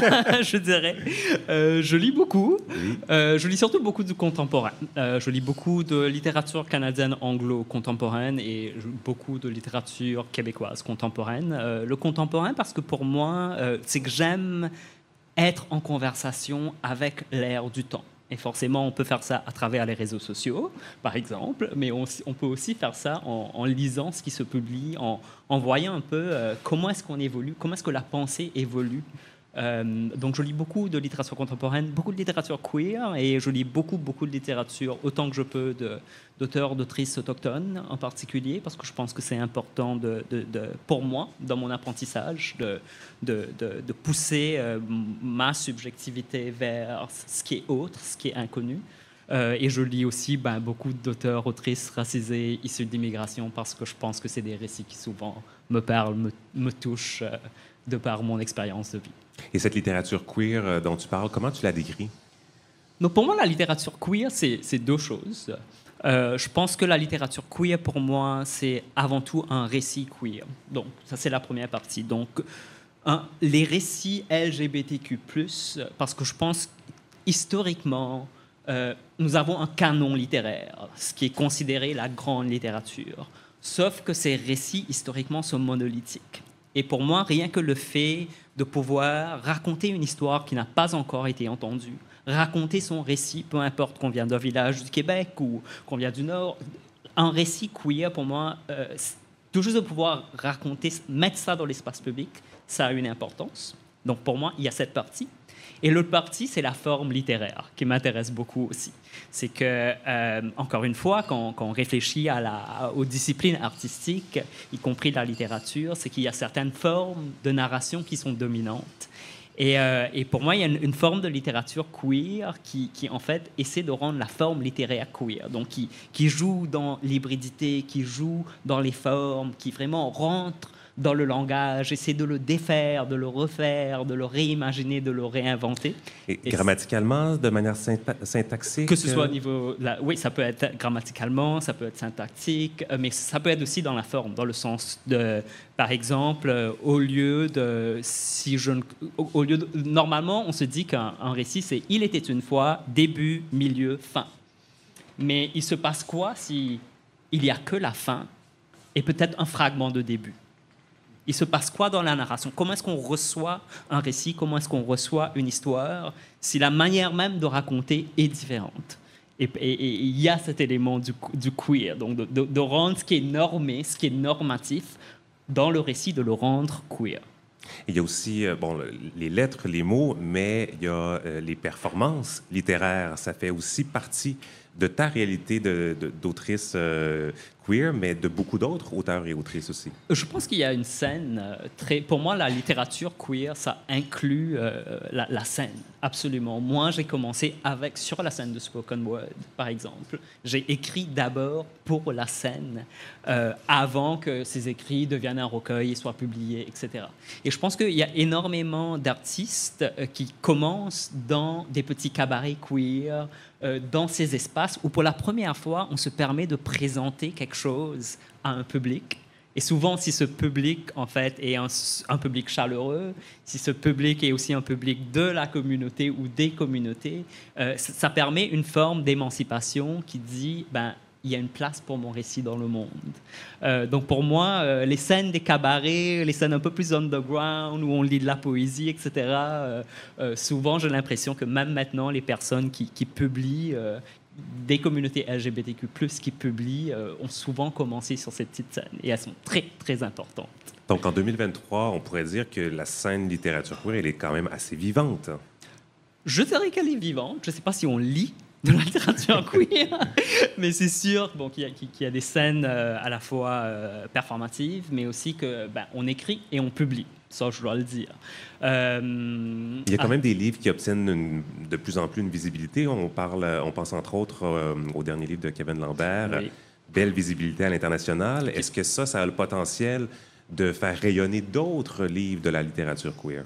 je dirais. Euh, je lis beaucoup. Oui. Euh, je lis surtout beaucoup de contemporain. Euh, je lis beaucoup de littérature canadienne anglo-contemporaine et je- beaucoup de littérature québécoise contemporaine. Euh, le contemporain, parce que pour moi, euh, c'est que j'aime être en conversation avec l'air du temps. Et forcément, on peut faire ça à travers les réseaux sociaux, par exemple, mais on, on peut aussi faire ça en, en lisant ce qui se publie, en, en voyant un peu euh, comment est-ce qu'on évolue, comment est-ce que la pensée évolue. Euh, donc, je lis beaucoup de littérature contemporaine, beaucoup de littérature queer, et je lis beaucoup, beaucoup de littérature, autant que je peux, de, d'auteurs, d'autrices autochtones en particulier, parce que je pense que c'est important de, de, de, pour moi, dans mon apprentissage, de, de, de, de pousser euh, ma subjectivité vers ce qui est autre, ce qui est inconnu. Euh, et je lis aussi ben, beaucoup d'auteurs, autrices racisés, issus d'immigration, parce que je pense que c'est des récits qui souvent me parlent, me, me touchent, euh, de par mon expérience de vie. Et cette littérature queer euh, dont tu parles, comment tu la décris? Donc pour moi, la littérature queer, c'est, c'est deux choses. Euh, je pense que la littérature queer, pour moi, c'est avant tout un récit queer. Donc ça, c'est la première partie. Donc un, les récits L G B T Q plus, parce que je pense historiquement, euh, nous avons un canon littéraire, ce qui est considéré la grande littérature. Sauf que ces récits, historiquement, sont monolithiques. Et pour moi, rien que le fait de pouvoir raconter une histoire qui n'a pas encore été entendue, raconter son récit, peu importe qu'on vient d'un village du Québec ou qu'on vient du Nord, un récit queer, pour moi, euh, tout juste de pouvoir raconter, mettre ça dans l'espace public, ça a une importance. Donc pour moi, il y a cette partie. Et l'autre partie, c'est la forme littéraire, qui m'intéresse beaucoup aussi. C'est que, euh, encore une fois, quand, quand on réfléchit à la, aux disciplines artistiques, y compris la littérature, c'est qu'il y a certaines formes de narration qui sont dominantes. Et, euh, et pour moi, il y a une, une forme de littérature queer qui, qui, en fait, essaie de rendre la forme littéraire queer. Donc, qui, qui joue dans l'hybridité, qui joue dans les formes, qui vraiment rentre dans le langage, essaie de le défaire, de le refaire, de le réimaginer, de le réinventer. Et, Et grammaticalement, de manière synta- syntaxique? que ce soit au niveau... La, oui, ça peut être grammaticalement, ça peut être syntactique, euh, mais ça peut être aussi dans la forme, dans le sens de... Par exemple, euh, au lieu de... Si je ne, au, au lieu de, normalement, on se dit qu'un un récit, c'est « il était une fois, début, milieu, fin ». Mais il se passe quoi si il n'y a que la fin et peut-être un fragment de début? Il se passe quoi dans la narration? Comment est-ce qu'on reçoit un récit? Comment est-ce qu'on reçoit une histoire si la manière même de raconter est différente? Et il y a cet élément du, du queer, donc de, de, de rendre ce qui est normé, ce qui est normatif, dans le récit, de le rendre queer. Il y a aussi euh, bon, le- les lettres, les mots, mais il y a euh, les performances littéraires. Ça fait aussi partie de ta réalité de, de- d'autrice euh, queer, mais de beaucoup d'autres auteurs et autrices aussi. Je pense qu'il y a une scène euh, très... Pour moi, la littérature queer, ça inclut euh, la, la scène, absolument. Moi, j'ai commencé avec, sur la scène de spoken word, par exemple. J'ai écrit d'abord pour la scène, euh, avant que ces écrits deviennent un recueil et soient publiés, et cetera. Et je pense qu'il y a énormément d'artistes euh, qui commencent dans des petits cabarets queer, euh, dans ces espaces où, pour la première fois, on se permet de présenter quelque chose à un public. Et souvent, si ce public, en fait, est un, un public chaleureux, si ce public est aussi un public de la communauté ou des communautés, euh, ça, ça permet une forme d'émancipation qui dit, ben, il y a une place pour mon récit dans le monde. Euh, donc pour moi, euh, les scènes des cabarets, les scènes un peu plus underground, où on lit de la poésie, et cetera, euh, euh, souvent j'ai l'impression que même maintenant, les personnes qui, qui publient, euh, des communautés L G B T Q plus, qui publient, euh, ont souvent commencé sur ces petites scènes. Et elles sont très, très importantes. Donc en deux mille vingt-trois, on pourrait dire que la scène littérature queer, elle est quand même assez vivante. Je dirais qu'elle est vivante. Je ne sais pas si on lit de la littérature queer, mais c'est sûr bon, qu'il y a, qu'il y a des scènes euh, à la fois euh, performatives, mais aussi que ben, on écrit et on publie. Ça, je dois le dire. Euh, Il y a quand ah, même des livres qui obtiennent une- de plus en plus une visibilité. On, parle, on pense entre autres euh, au dernier livre de Kevin Lambert, Oui. Belle visibilité à l'international. Est-ce que ça, ça a le potentiel de faire rayonner d'autres livres de la littérature queer?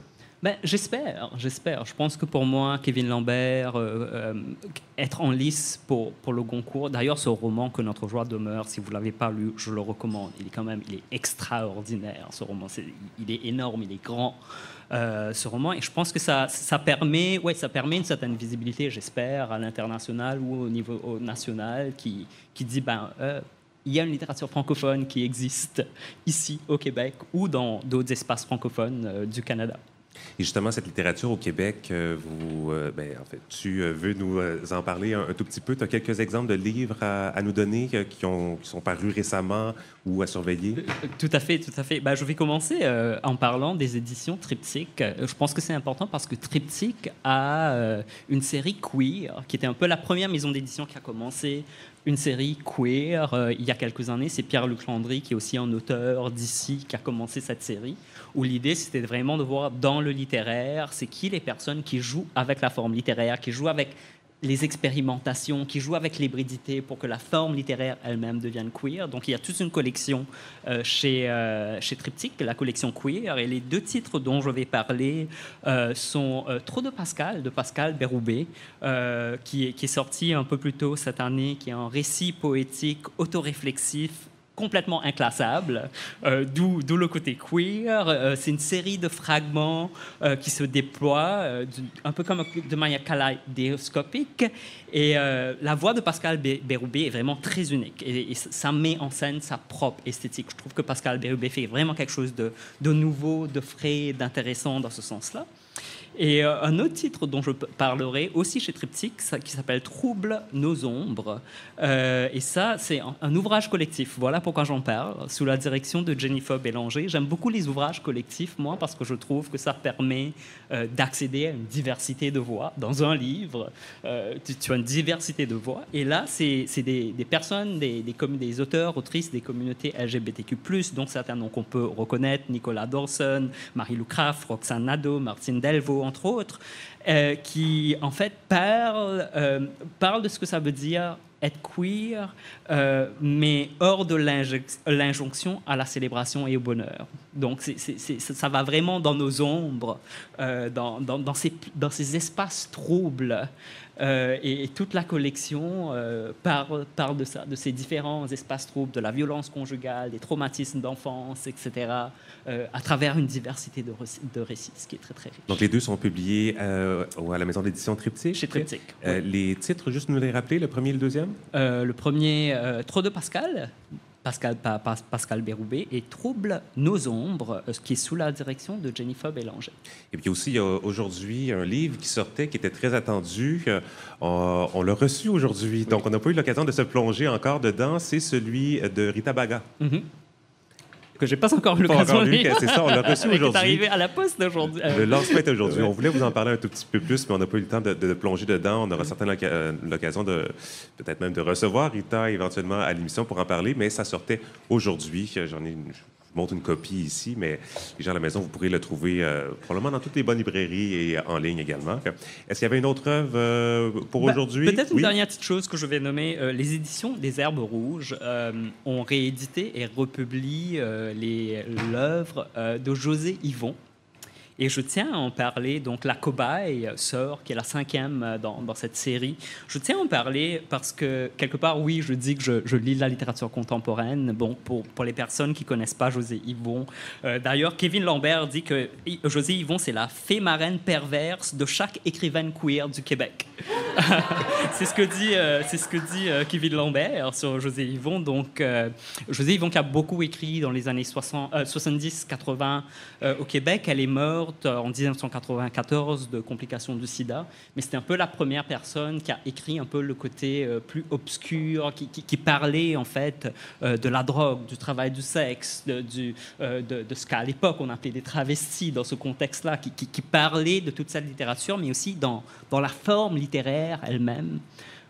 Ben, j'espère, j'espère. Je pense que pour moi, Kevin Lambert, euh, euh, être en lice pour, pour le Goncourt. D'ailleurs, ce roman Que notre joie demeure, si vous ne l'avez pas lu, je le recommande. Il est quand même, il est extraordinaire, ce roman. C'est, il est énorme, il est grand, euh, ce roman. Et je pense que ça, ça permet, ouais, ça permet une certaine visibilité, j'espère, à l'international ou au niveau au national, qui, qui dit, ben, euh, il y a une littérature francophone qui existe ici, au Québec, ou dans d'autres espaces francophones euh, du Canada. Et justement, cette littérature au Québec, euh, vous, euh, ben, en fait, tu euh, veux nous euh, en parler un, un tout petit peu? Tu as quelques exemples de livres à, à nous donner euh, qui, ont, qui sont parus récemment ou à surveiller? Euh, Tout à fait, tout à fait. Ben, je vais commencer euh, en parlant des éditions Triptyque. Euh, Je pense que c'est important parce que Triptyque a euh, une série queer, qui était un peu la première maison d'édition qui a commencé une série queer euh, il y a quelques années. C'est Pierre-Luc Landry, qui est aussi un auteur d'ici, qui a commencé cette série, où l'idée, c'était vraiment de voir dans le littéraire, c'est qui les personnes qui jouent avec la forme littéraire, qui jouent avec les expérimentations, qui jouent avec l'hybridité pour que la forme littéraire elle-même devienne queer. Donc, il y a toute une collection euh, chez, euh, chez Triptyque, la collection queer. Et les deux titres dont je vais parler euh, sont euh, Trop de Pascal, de Pascal Bérubé, euh, qui, est, qui est sorti un peu plus tôt cette année, qui est un récit poétique autoréflexif complètement inclassable, euh, d'où, d'où le côté queer. Euh, c'est une série de fragments euh, qui se déploient euh, un peu comme de manière kaléidoscopique. Et euh, la voix de Pascal Bérubé est vraiment très unique. Et, et ça met en scène sa propre esthétique. Je trouve que Pascal Bérubé fait vraiment quelque chose de, de nouveau, de frais, d'intéressant dans ce sens-là. Et euh, un autre titre dont je parlerai aussi chez Triptyque, ça, qui s'appelle Trouble nos ombres. Euh, et ça, c'est un, un ouvrage collectif. Voilà pourquoi j'en parle, sous la direction de Jennifer Bélanger. J'aime beaucoup les ouvrages collectifs, moi, parce que je trouve que ça permet euh, d'accéder à une diversité de voix. Dans un livre, euh, tu, tu as une diversité de voix. Et là, c'est, c'est des, des personnes, des, des, des auteurs, autrices des communautés L G B T Q plus, dont certains noms qu'on peut reconnaître, Nicolas Dawson, Marie-Lou Craft, Roxane Nadeau, Martine Delvaux, entre autres, euh, qui en fait parlent, euh, parlent de ce que ça veut dire être queer, euh, mais hors de l'inj- l'injonction à la célébration et au bonheur. Donc c'est, c'est, c'est, ça va vraiment dans nos ombres, euh, dans, dans, dans, ces, dans ces espaces troubles. Euh, et, et toute la collection euh, parle, parle de ça, de ces différents espaces troubles, de la violence conjugale, des traumatismes d'enfance, et cetera, euh, à travers une diversité de, réc- de récits, ce qui est très, très riche. Donc, les deux sont publiés euh, à la maison d'édition Triptyque? Chez Triptyque. Euh, Oui. Les titres, juste nous les rappeler, le premier et le deuxième? Euh, le premier, euh, Trop de Pascal, Pascal, pa, pa, Pascal Bérubé, et Trouble nos ombres, euh, qui est sous la direction de Jennifer Bélanger. Et puis aussi, il y a aujourd'hui un livre qui sortait, qui était très attendu. Euh, on on l'a reçu aujourd'hui, oui. Donc on n'a pas eu l'occasion de se plonger encore dedans. C'est celui de Rita Baga. Mm-hmm. Que j'ai pas encore eu Pas l'occasion encore de lu, lire. c'est ça, on l'a reçu Qui est aujourd'hui. arrivé à la poste aujourd'hui. Euh, Le lancement est aujourd'hui. On voulait vous en parler un tout petit peu plus, mais on n'a pas eu le temps de, de, de plonger dedans. On aura certainement l'occasion de, peut-être même de recevoir Rita éventuellement à l'émission pour en parler, mais ça sortait aujourd'hui. J'en ai une, je montre une copie ici, mais les gens à la maison, vous pourrez le trouver euh, probablement dans toutes les bonnes librairies et en ligne également. Est-ce qu'il y avait une autre œuvre euh, pour Ben, aujourd'hui? Peut-être une oui? dernière petite chose que je vais nommer. Euh, les éditions des Herbes Rouges euh, ont réédité et republié euh, les- l'œuvre euh, de José Yvon. Et je tiens à en parler. Donc, La Cobaye sort, qui est la cinquième euh, dans, dans cette série. Je tiens à en parler parce que, quelque part, oui, je dis que je, je lis la littérature contemporaine. Bon, pour, pour les personnes qui ne connaissent pas José Yvon. Euh, d'ailleurs, Kevin Lambert dit que I- José Yvon, c'est la fée marraine perverse de chaque écrivaine queer du Québec. c'est ce que dit, euh, c'est ce que dit euh, Kevin Lambert sur José Yvon. Donc, euh, José Yvon qui a beaucoup écrit dans les années soixante, euh, soixante-dix quatre-vingts euh, au Québec. Elle est morte en dix-neuf cent quatre-vingt-quatorze de complications du sida, mais c'était un peu la première personne qui a écrit un peu le côté euh, plus obscur, qui, qui, qui parlait en fait euh, de la drogue, du travail du sexe, de, du, euh, de, de ce qu'à l'époque on appelait des travestis dans ce contexte-là, qui, qui, qui parlait de toute cette littérature, mais aussi dans, dans la forme littéraire elle-même.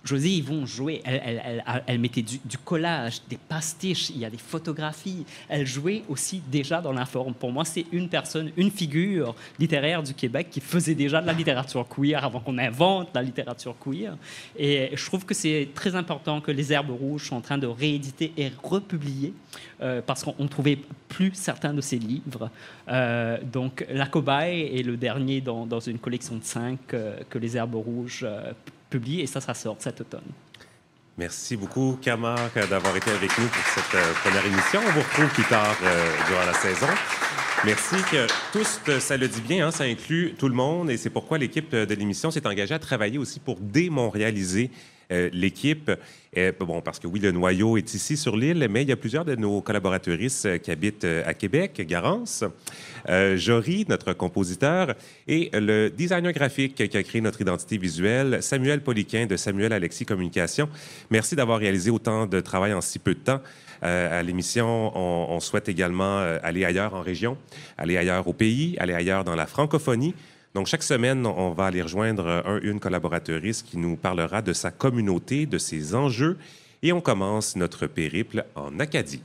Josie, ils vont jouer. Elle, elle, elle, elle mettait du, du collage, des pastiches, il y a des photographies. Elle jouait aussi déjà dans la forme. Pour moi, c'est une personne, une figure littéraire du Québec qui faisait déjà de la littérature queer avant qu'on invente la littérature queer. Et je trouve que c'est très important que Les Herbes Rouges sont en train de rééditer et republier euh, parce qu'on ne trouvait plus certains de ses livres. Euh, donc, La Cobaye est le dernier dans, dans une collection de cinq euh, que Les Herbes Rouges euh, publie, et ça, ça sort cet automne. Merci beaucoup, Camar, d'avoir été avec nous pour cette euh, première émission. On vous retrouve plus tard euh, durant la saison. Merci. Que tous, ça le dit bien, hein, ça inclut tout le monde, et c'est pourquoi l'équipe de l'émission s'est engagée à travailler aussi pour démontréaliser euh, l'équipe. Euh, bon, parce que oui, le noyau est ici sur l'île, mais il y a plusieurs de nos collaboratrices qui habitent à Québec, Garance, euh, Jory, notre compositeur, et le designer graphique qui a créé notre identité visuelle, Samuel Poliquin de Samuel Alexis Communication. Merci d'avoir réalisé autant de travail en si peu de temps. Euh, à l'émission, on, on souhaite également euh, aller ailleurs en région, aller ailleurs au pays, aller ailleurs dans la francophonie. Donc, chaque semaine, on va aller rejoindre un, une collaboratrice qui nous parlera de sa communauté, de ses enjeux. Et on commence notre périple en Acadie.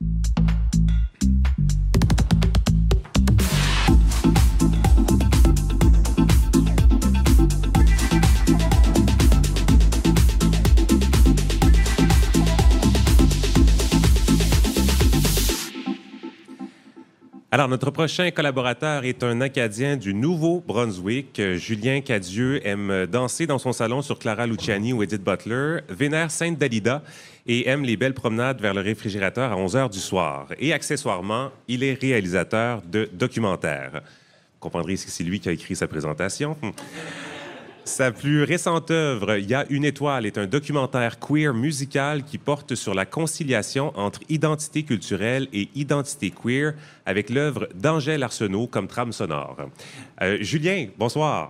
Alors, notre prochain collaborateur est un Acadien du Nouveau-Brunswick. Julien Cadieux aime danser dans son salon sur Clara Luciani ou Edith Butler, vénère Sainte Dalida et aime les belles promenades vers le réfrigérateur à onze heures du soir. Et accessoirement, il est réalisateur de documentaires. Vous comprendrez que c'est lui qui a écrit sa présentation. Sa plus récente œuvre, Il y a une étoile, est un documentaire queer musical qui porte sur la conciliation entre identité culturelle et identité queer avec l'œuvre d'Angèle Arsenault comme trame sonore. Euh, Julien, bonsoir.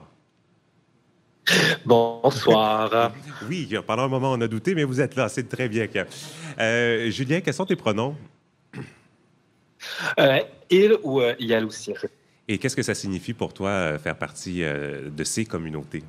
Bonsoir. Oui, pendant un moment, on a douté, mais vous êtes là, c'est très bien. Euh, Julien, quels sont tes pronoms? Euh, il ou euh, Yal aussi. Et qu'est-ce que ça signifie pour toi faire partie euh, de ces communautés?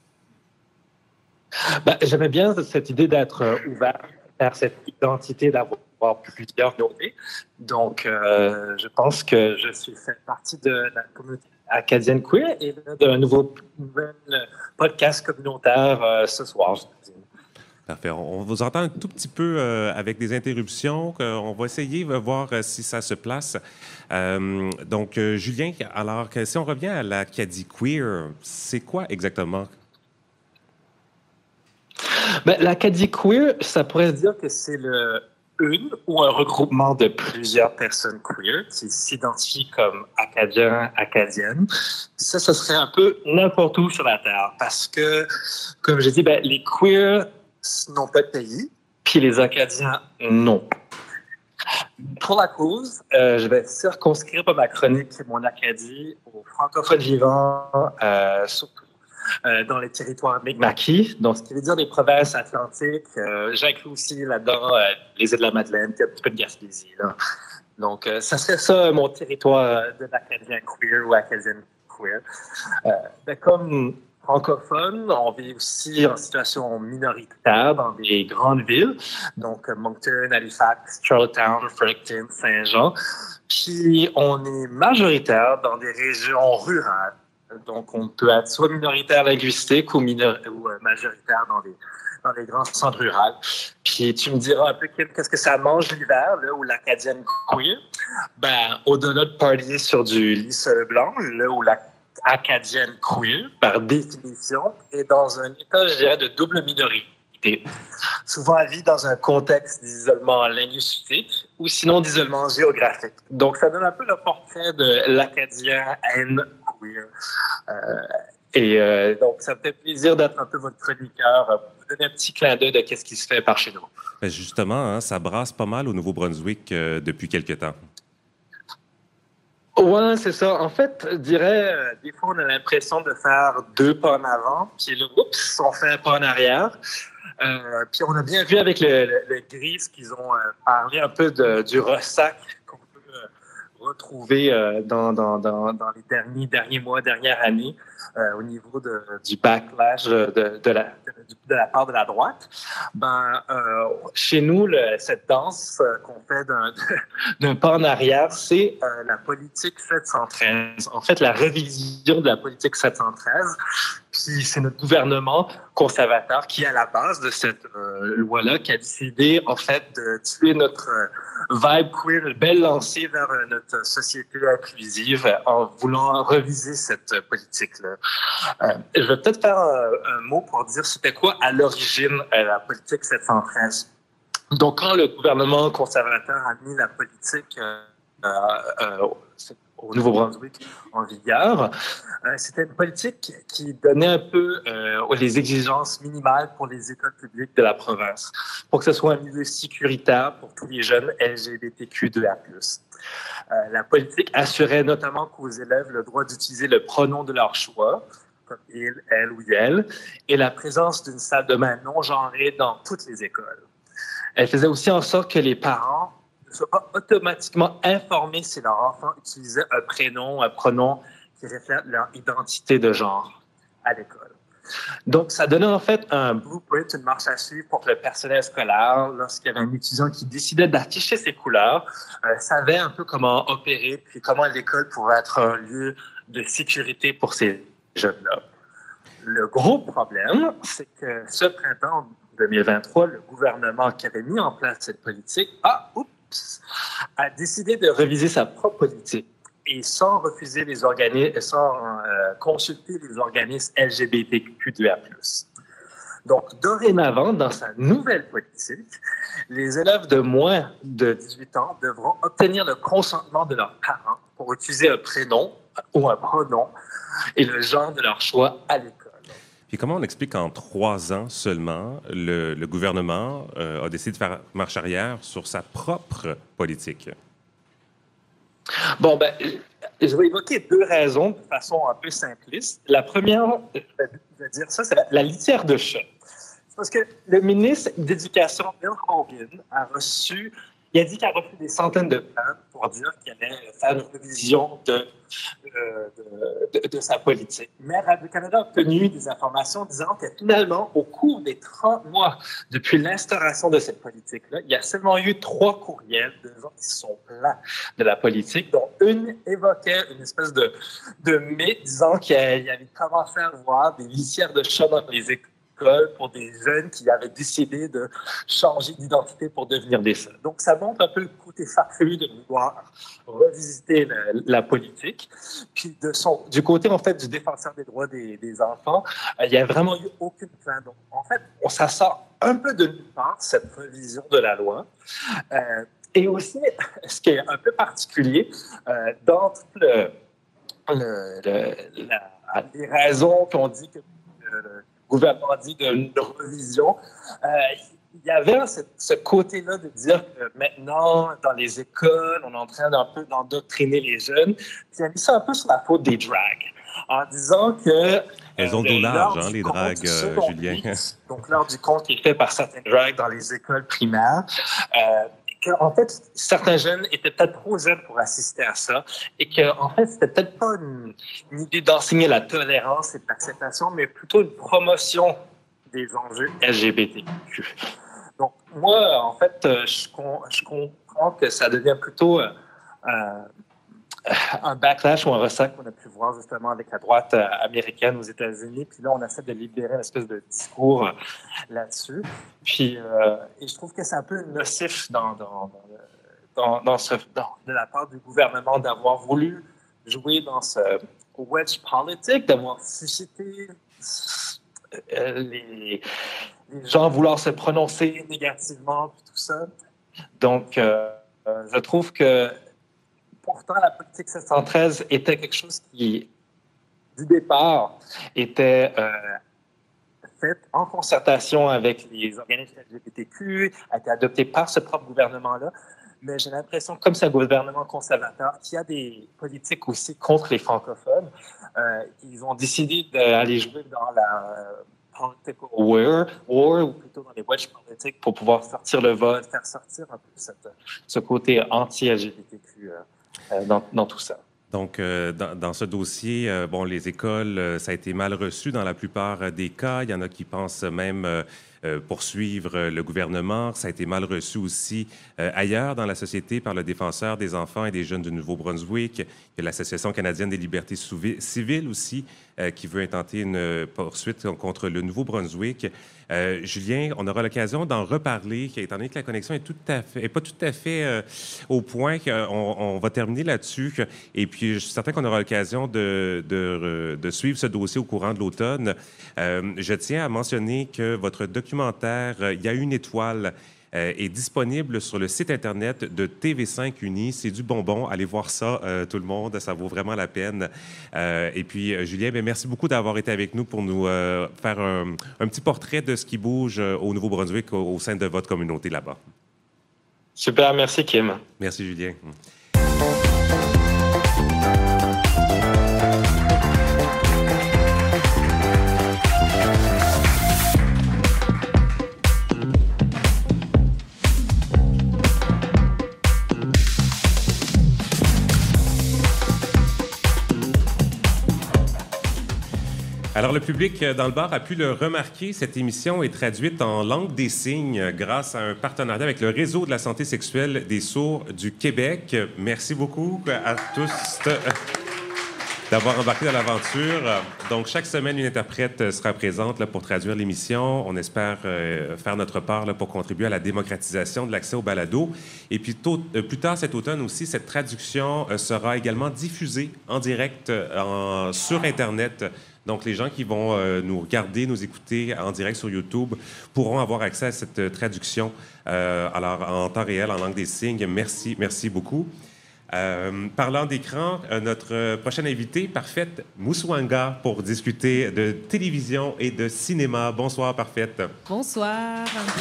Ben, j'aimais bien cette idée d'être ouvert vers cette identité, d'avoir plusieurs communautés. Donc, euh, je pense que je suis fait partie de la communauté acadienne queer et d'un nouveau nouvel podcast communautaire euh, ce soir. Parfait. On vous entend un tout petit peu euh, avec des interruptions. On va essayer de voir euh, si ça se place. Euh, donc, euh, Julien, alors que si on revient à l'Acadie queer, c'est quoi exactement? Ben, L'Acadie queer, ça pourrait se dire que c'est le une ou un regroupement de plusieurs personnes queer qui s'identifient comme acadiens, acadiennes. Ça, ça serait un peu n'importe où sur la Terre parce que, comme j'ai dit, ben, les queers n'ont pas de pays, puis les Acadiens non. Pour la cause, euh, je vais circonscrire par ma chronique mon Acadie aux francophones vivants, euh, surtout euh, dans les territoires Mi'kmaqui, donc ce qui veut dire les provinces atlantiques. Euh, J'inclus aussi là-dedans euh, les îles de la Madeleine, puis un petit peu de Gaspésie. Là. Donc, euh, ça serait ça mon territoire de l'Acadien queer ou Acadienne queer. Euh, ben, comme francophones, on vit aussi en situation minoritaire dans des grandes villes, donc Moncton, Halifax, Charlottetown, Fredericton, Saint-Jean. Puis on est majoritaire dans des régions rurales, donc on peut être soit minoritaire linguistique ou, minor- ou euh, majoritaire dans des dans les grands centres ruraux. Puis tu me diras un peu qu'est-ce que ça mange l'hiver, là, où l'Acadienne queer. Ben, au-delà de parler sur du lissol blanc, là où la acadienne queer, par définition, est dans un état, je dirais, de double minorité. Souvent, elle vit dans un contexte d'isolement linguistique ou sinon d'isolement géographique. Donc, ça donne un peu le portrait de l'acadien N queer. Euh, et euh, donc, ça me fait plaisir d'être un peu votre chroniqueur, pour vous donner un petit clin d'œil de ce qui se fait par chez nous. Ben justement, hein, ça brasse pas mal au Nouveau-Brunswick euh, depuis quelque temps. Ouais, c'est ça. En fait, je dirais, euh, des fois, on a l'impression de faire deux pas en avant, puis là, oups, on fait un pas en arrière. Euh, puis on a bien vu avec le, le, le Gris qu'ils ont euh, parlé un peu de, du ressac qu'on peut euh, retrouvé euh, dans, dans, dans, dans les derniers, derniers mois, dernières années, euh, au niveau de, du backlash de, de, la, de, de la part de la droite. Ben, euh, chez nous, le, cette danse euh, qu'on fait d'un, d'un pas en arrière, c'est euh, la politique sept cent treize. En fait, la révision de la politique sept cent treize. Puis c'est notre gouvernement conservateur qui est à la base de cette euh, loi-là, qui a décidé, en fait, de tuer notre euh, vibe queer, une belle lancée vers euh, notre société inclusive euh, en voulant reviser cette euh, politique-là. Euh, je vais peut-être faire un, un mot pour dire c'était quoi à l'origine euh, la politique sept cent treize. Donc, quand le gouvernement conservateur a mis la politique euh, euh, au Nouveau-Brunswick en vigueur, euh, c'était une politique qui donnait un peu euh, les exigences minimales pour les écoles publiques de la province, pour que ce soit un milieu sécuritaire pour tous les jeunes L G B T Q deux A plus. Euh, la politique assurait notamment qu'aux élèves le droit d'utiliser le pronom de leur choix, comme il, elle ou elle, et la présence d'une salle de bain non genrée dans toutes les écoles. Elle faisait aussi en sorte que les parents ne soient pas automatiquement informés si leur enfant utilisait un prénom, un pronom qui reflète leur identité de genre à l'école. Donc, ça donnait en fait un blueprint, une marche à suivre pour que le personnel scolaire, lorsqu'il y avait un étudiant qui décidait d'afficher ses couleurs, euh, savait un peu comment opérer, puis comment l'école pourrait être un lieu de sécurité pour ces jeunes-là. Le gros problème, c'est que ce printemps deux mille vingt-trois, le gouvernement qui avait mis en place cette politique a, oups, a décidé de réviser sa propre politique et sans refuser les organismes, sans euh, consulter les organismes L G B T Q deux A plus. Donc, dorénavant, dans sa nouvelle politique, les élèves de moins de dix-huit ans devront obtenir le consentement de leurs parents pour utiliser un prénom ou un pronom et le genre de leur choix à l'école. Puis comment on explique qu'en trois ans seulement, le, le gouvernement euh, a décidé de faire marche arrière sur sa propre politique? Bon, ben, je vais évoquer deux raisons de façon un peu simpliste. La première, je vais dire ça, c'est la, la litière de chat. C'est parce que le ministre d'Éducation, Bill Hogan, a reçu, il a dit qu'il a reçu des centaines de plaintes pour dire qu'il allait faire une révision de, euh, de, de, de sa politique. Mais Radio-Canada a obtenu des informations disant que finalement, au cours des trente mois depuis l'instauration de cette politique-là, il y a seulement eu trois courriels de gens qui se sont plaints de la politique, dont une évoquait une espèce de, de mythe disant qu'il avait commencé à voir des litières de chats dans les écoles pour des jeunes qui avaient décidé de changer d'identité pour devenir des seuls. Donc, ça montre un peu le côté farfelu de vouloir revisiter la, la politique. Puis, de son, du côté, en fait, du défenseur des droits des, des enfants, euh, il n'y a vraiment eu aucune plainte. Donc, en fait, on, ça sort un peu de nulle part, cette révision de la loi. Euh, et aussi, ce qui est un peu particulier, euh, dans tout le, le, le, la, les raisons qu'on dit que le, le gouvernement dit d'une révision, euh, il y avait ce, ce côté-là de dire que maintenant, dans les écoles, on est en train d'un peu d'endoctriner les jeunes. Puis il a mis ça un peu sur la faute des drags, en disant que... Elles ont de l'âge, hein, les dragues, euh, Julien. Donc, l'heure du compte qui est fait par certaines drags dans les écoles primaires, euh, qu'en fait, certains jeunes étaient peut-être trop jeunes pour assister à ça et qu'en en fait, c'était peut-être pas une, une idée d'enseigner la tolérance et de l'acceptation, mais plutôt une promotion des enjeux L G B T Q. Donc, moi, en fait, je, je comprends que ça devient plutôt euh, un backlash ou un ressac qu'on a pu voir justement avec la droite américaine aux États-Unis. Puis là, on essaie de libérer une espèce de discours là-dessus. Puis, euh, et je trouve que c'est un peu nocif dans, dans, dans, dans ce, dans, de la part du gouvernement d'avoir voulu jouer dans ce wedge politique, d'avoir suscité euh, les, les gens vouloir se prononcer négativement, puis tout ça. Donc, euh, je trouve que pourtant, la politique sept cent treize était quelque chose qui, du départ, était euh, faite en concertation avec les organismes L G B T Q, a été adoptée par ce propre gouvernement-là. Mais j'ai l'impression, comme c'est un gouvernement conservateur, qu'il y a des politiques aussi contre les francophones. Euh, ils ont décidé d'aller jouer dans la euh, political war, war, ou plutôt dans les wedge politiques, pour pouvoir sortir le vote, faire sortir un peu cette, ce côté anti-L G B T Q. Euh, euh, dans, dans tout ça. Donc, euh, dans, dans ce dossier, euh, bon, les écoles, euh, ça a été mal reçu dans la plupart des cas. Il y en a qui pensent même euh, euh, poursuivre le gouvernement. Ça a été mal reçu aussi euh, ailleurs dans la société par le défenseur des enfants et des jeunes du Nouveau-Brunswick. Il y a l'Association canadienne des libertés civiles aussi euh, qui veut intenter une poursuite contre le Nouveau-Brunswick. Euh, Julien, on aura l'occasion d'en reparler, étant donné que la connexion est, tout à fait, est pas tout à fait euh, au point qu'on on va terminer là-dessus. Et puis, je suis certain qu'on aura l'occasion de, de, de suivre ce dossier au courant de l'automne. Euh, je tiens à mentionner que votre documentaire « Il y a une étoile » Euh, est disponible sur le site Internet de T V cinq Uni. C'est du bonbon. Allez voir ça, euh, tout le monde. Ça vaut vraiment la peine. Euh, et puis, euh, Julien, bien, merci beaucoup d'avoir été avec nous pour nous euh, faire un, un petit portrait de ce qui bouge euh, au Nouveau-Brunswick au, au sein de votre communauté là-bas. Super. Merci, Kim. Merci, Julien. Alors, le public dans le bar a pu le remarquer. Cette émission est traduite en langue des signes grâce à un partenariat avec le Réseau de la santé sexuelle des sourds du Québec. Merci beaucoup à tous d'avoir embarqué dans l'aventure. Donc, chaque semaine, une interprète sera présente là, pour traduire l'émission. On espère euh, faire notre part là, pour contribuer à la démocratisation de l'accès au balado. Et puis, tôt, euh, plus tard cet automne aussi, cette traduction euh, sera également diffusée en direct euh, en, sur Internet. Donc, les gens qui vont euh, nous regarder, nous écouter en direct sur YouTube pourront avoir accès à cette euh, traduction euh, alors, en temps réel, en langue des signes. Merci, merci beaucoup. Euh, parlant d'écran, euh, notre euh, prochaine invitée, Parfaite Moussoanga, pour discuter de télévision et de cinéma. Bonsoir, Parfaite. Bonsoir.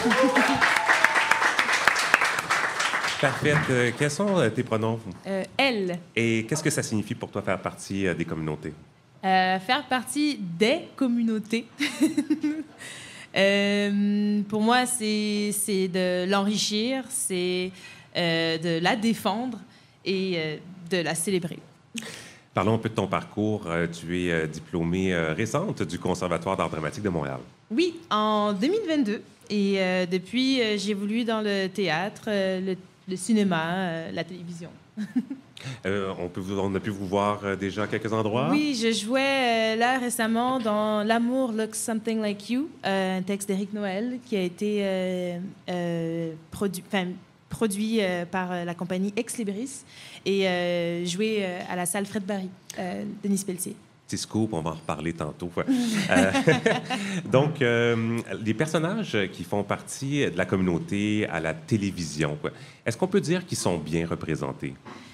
Parfaite, euh, quels sont euh, tes pronoms? Euh, elle. Et qu'est-ce que ça signifie pour toi faire partie euh, des communautés? Euh, faire partie des communautés. euh, pour moi, c'est, c'est de l'enrichir, c'est euh, de la défendre et euh, de la célébrer. Parlons un peu de ton parcours. Euh, tu es euh, diplômée euh, récente du Conservatoire d'art dramatique de Montréal. Oui, en deux mille vingt-deux. Et euh, depuis, euh, j'ai évolué dans le théâtre, euh, le, le cinéma, euh, la télévision. Euh, on, peut vous, on a pu vous voir euh, déjà à quelques endroits? Oui, je jouais euh, là récemment dans L'amour looks something like you, euh, un texte d'Éric Noël qui a été euh, euh, produ- produit euh, par euh, la compagnie Ex Libris et euh, joué euh, à la salle Fred Barry, euh, Denis Pelletier. Petit scoop, on va en reparler tantôt. euh, donc, euh, les personnages qui font partie de la communauté à la télévision, quoi, est-ce qu'on peut dire qu'ils sont bien représentés?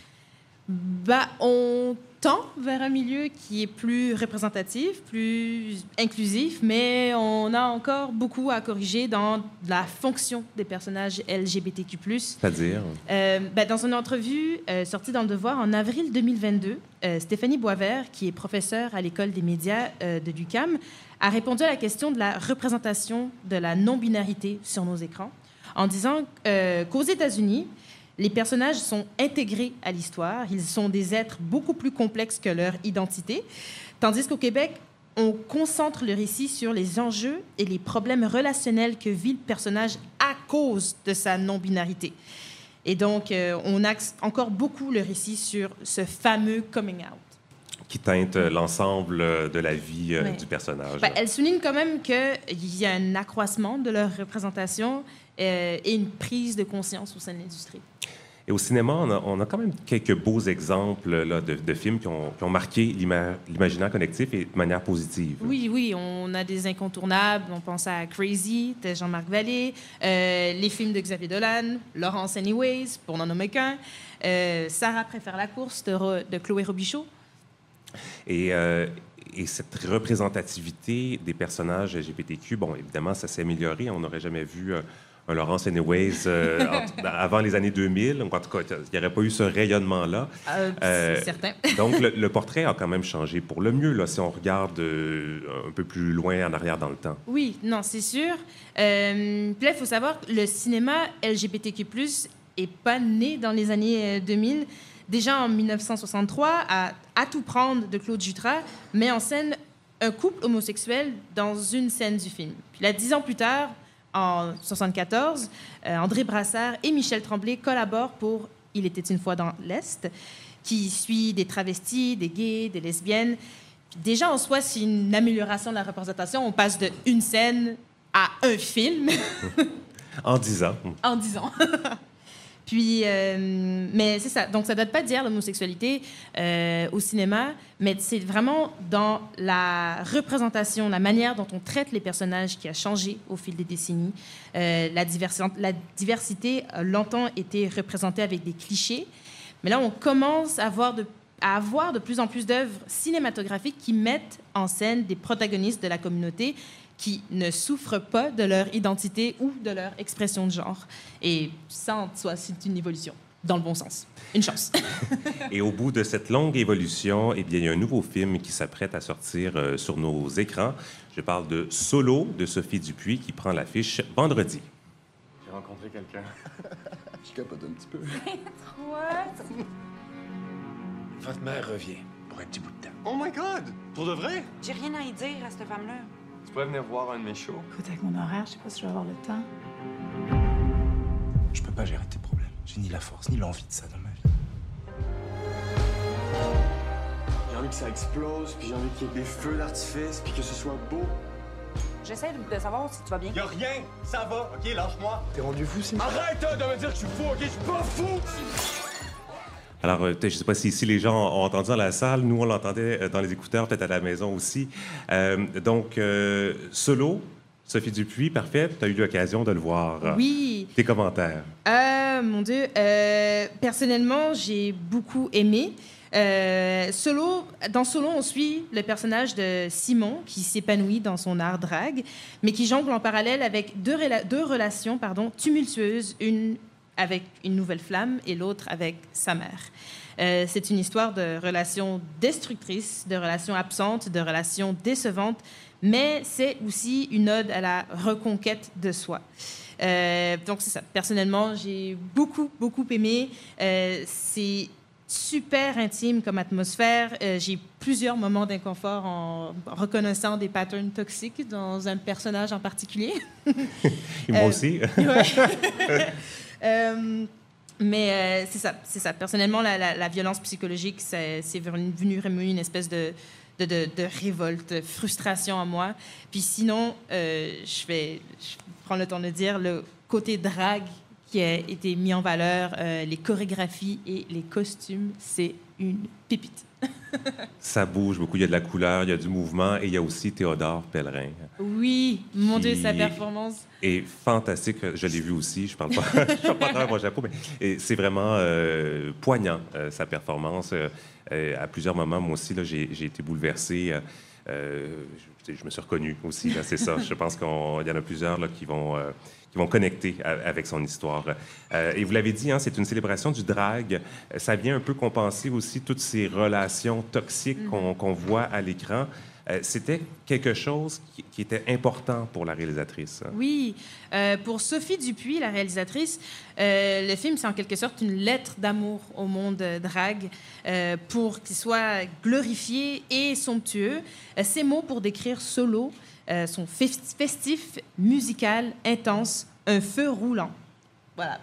Bah, on tend vers un milieu qui est plus représentatif, plus inclusif, mais on a encore beaucoup à corriger dans la fonction des personnages L G B T Q plus. C'est-à-dire? Euh, bah, dans une entrevue euh, sortie dans Le Devoir en avril deux mille vingt-deux, euh, Stéphanie Boisvert, qui est professeure à l'École des médias euh, de l'U Q A M, a répondu à la question de la représentation de la non-binarité sur nos écrans en disant euh, qu'aux États-Unis, les personnages sont intégrés à l'histoire. Ils sont des êtres beaucoup plus complexes que leur identité. Tandis qu'au Québec, on concentre le récit sur les enjeux et les problèmes relationnels que vit le personnage à cause de sa non-binarité. Et donc, euh, on axe encore beaucoup le récit sur ce fameux coming out. Qui teinte l'ensemble de la vie euh, Ouais. du personnage. Ben, elle souligne quand même qu'il y a un accroissement de leur représentation euh, et une prise de conscience au sein de l'industrie. Et au cinéma, on a, on a quand même quelques beaux exemples là, de, de films qui ont, qui ont marqué l'ima- l'imaginaire collectif et de manière positive. Oui, oui, on a des incontournables. On pense à Crazy de Jean-Marc Vallée, euh, les films de Xavier Dolan, Laurence Anyways, pour n'en nommer qu'un, euh, Sarah préfère la course de, Ro- de Chloé Robichaud. Et, euh, et cette représentativité des personnages L G B T Q, bon, évidemment, ça s'est amélioré. On n'aurait jamais vu euh, un Laurence Anyways euh, en- avant les années deux mille. En tout cas, il n'y aurait pas eu ce rayonnement-là. Euh, Euh, c'est certain. Donc, le, le portrait a quand même changé pour le mieux, là, si on regarde euh, un peu plus loin en arrière dans le temps. Oui, non, c'est sûr. Euh, puis là, il faut savoir que le cinéma L G B T Q plus, est pas né dans les années euh, deux mille. déjà en mille neuf cent soixante-trois, à À tout prendre de Claude Jutras met en scène un couple homosexuel dans une scène du film. Puis là, dix ans plus tard, en soixante-quatorze, euh, André Brassard et Michel Tremblay collaborent pour Il était une fois dans l'Est, qui suit des travestis, des gays, des lesbiennes. Puis déjà, en soi, c'est une amélioration de la représentation. On passe de une scène à un film. En dix ans. En dix ans. Puis, euh, mais c'est ça. Donc, ça date pas d'hier, l'homosexualité euh, au cinéma, mais c'est vraiment dans la représentation, la manière dont on traite les personnages qui a changé au fil des décennies. Euh, la, diversi- la diversité a longtemps été représentée avec des clichés, mais là, on commence à avoir de, à avoir de plus en plus d'œuvres cinématographiques qui mettent en scène des protagonistes de la communauté qui ne souffrent pas de leur identité ou de leur expression de genre. Et ça, en soi, c'est une évolution, dans le bon sens. Une chance. Et au bout de cette longue évolution, eh bien, il y a un nouveau film qui s'apprête à sortir euh, sur nos écrans. Je parle de Solo, de Sophie Dupuis, qui prend l'affiche vendredi. J'ai rencontré quelqu'un. Je capote un petit peu. Votre mère revient pour un petit bout de temps. Oh my God! Pour de vrai? J'ai rien à y dire à cette femme-là. Tu pourrais venir voir un de mes shows? Écoute, avec mon horaire, je sais pas si je vais avoir le temps. Je peux pas gérer tes problèmes. J'ai ni la force, ni l'envie de ça dans ma vie. J'ai envie que ça explose, puis j'ai envie qu'il y ait des feux d'artifice, puis que ce soit beau. J'essaie de savoir si tu vas bien. Y'a rien! Ça va, OK? Lâche-moi! T'es rendu fou, c'est... Arrête hein, de me dire que je suis fou, OK? Je suis pas fou! Alors, euh, je ne sais pas si ici les gens ont entendu dans la salle. Nous, on l'entendait dans les écouteurs, peut-être à la maison aussi. Euh, donc, euh, Solo, Sophie Dupuis, parfait. Tu as eu l'occasion de le voir. Oui. Tes commentaires? Euh, mon Dieu. Euh, personnellement, j'ai beaucoup aimé. Euh, Solo, dans Solo, on suit le personnage de Simon qui s'épanouit dans son art drague, mais qui jongle en parallèle avec deux, rela- deux relations pardon, tumultueuses, une avec une nouvelle flamme et l'autre avec sa mère. Euh, c'est une histoire de relations destructrices, de relations absentes, de relations décevantes, mais c'est aussi une ode à la reconquête de soi. Euh, donc, c'est ça. Personnellement, j'ai beaucoup, beaucoup aimé. Euh, c'est super intime comme atmosphère. Euh, j'ai plusieurs moments d'inconfort en reconnaissant des patterns toxiques dans un personnage en particulier. Et moi euh, aussi. Ouais. Euh, mais euh, c'est ça, c'est ça. Personnellement, la, la, la violence psychologique, c'est, c'est venu, venu remuer une espèce de, de, de, de révolte, de frustration en moi. Puis sinon, euh, je vais je prends le temps de dire le côté drague qui a été mis en valeur, euh, les chorégraphies et les costumes, c'est une pépite. Ça bouge beaucoup. Il y a de la couleur, il y a du mouvement et il y a aussi Théodore Pellerin. Oui, mon Dieu, sa Qui performance. est fantastique. Je l'ai vu aussi. Je parle pas, je parle pas à mon chapeau, mais et c'est vraiment euh, poignant, euh, sa performance. Euh, euh, à plusieurs moments, moi aussi, là, j'ai, j'ai été bouleversé. Euh, je, je me suis reconnu aussi. Là, c'est ça. Je pense qu'il y en a plusieurs là, qui vont... Euh, qui vont connecter avec son histoire. Euh, et vous l'avez dit, hein, c'est une célébration du drag. Ça vient un peu compenser aussi toutes ces relations toxiques mm-hmm. qu'on, qu'on voit à l'écran. Euh, c'était quelque chose qui, qui était important pour la réalisatrice. Oui. Euh, pour Sophie Dupuis, la réalisatrice, euh, le film, c'est en quelque sorte une lettre d'amour au monde euh, drag euh, pour qu'il soit glorifié et somptueux. Euh, ces mots pour décrire Solo euh, sont fest- festifs, musical, intense, un feu roulant. Voilà.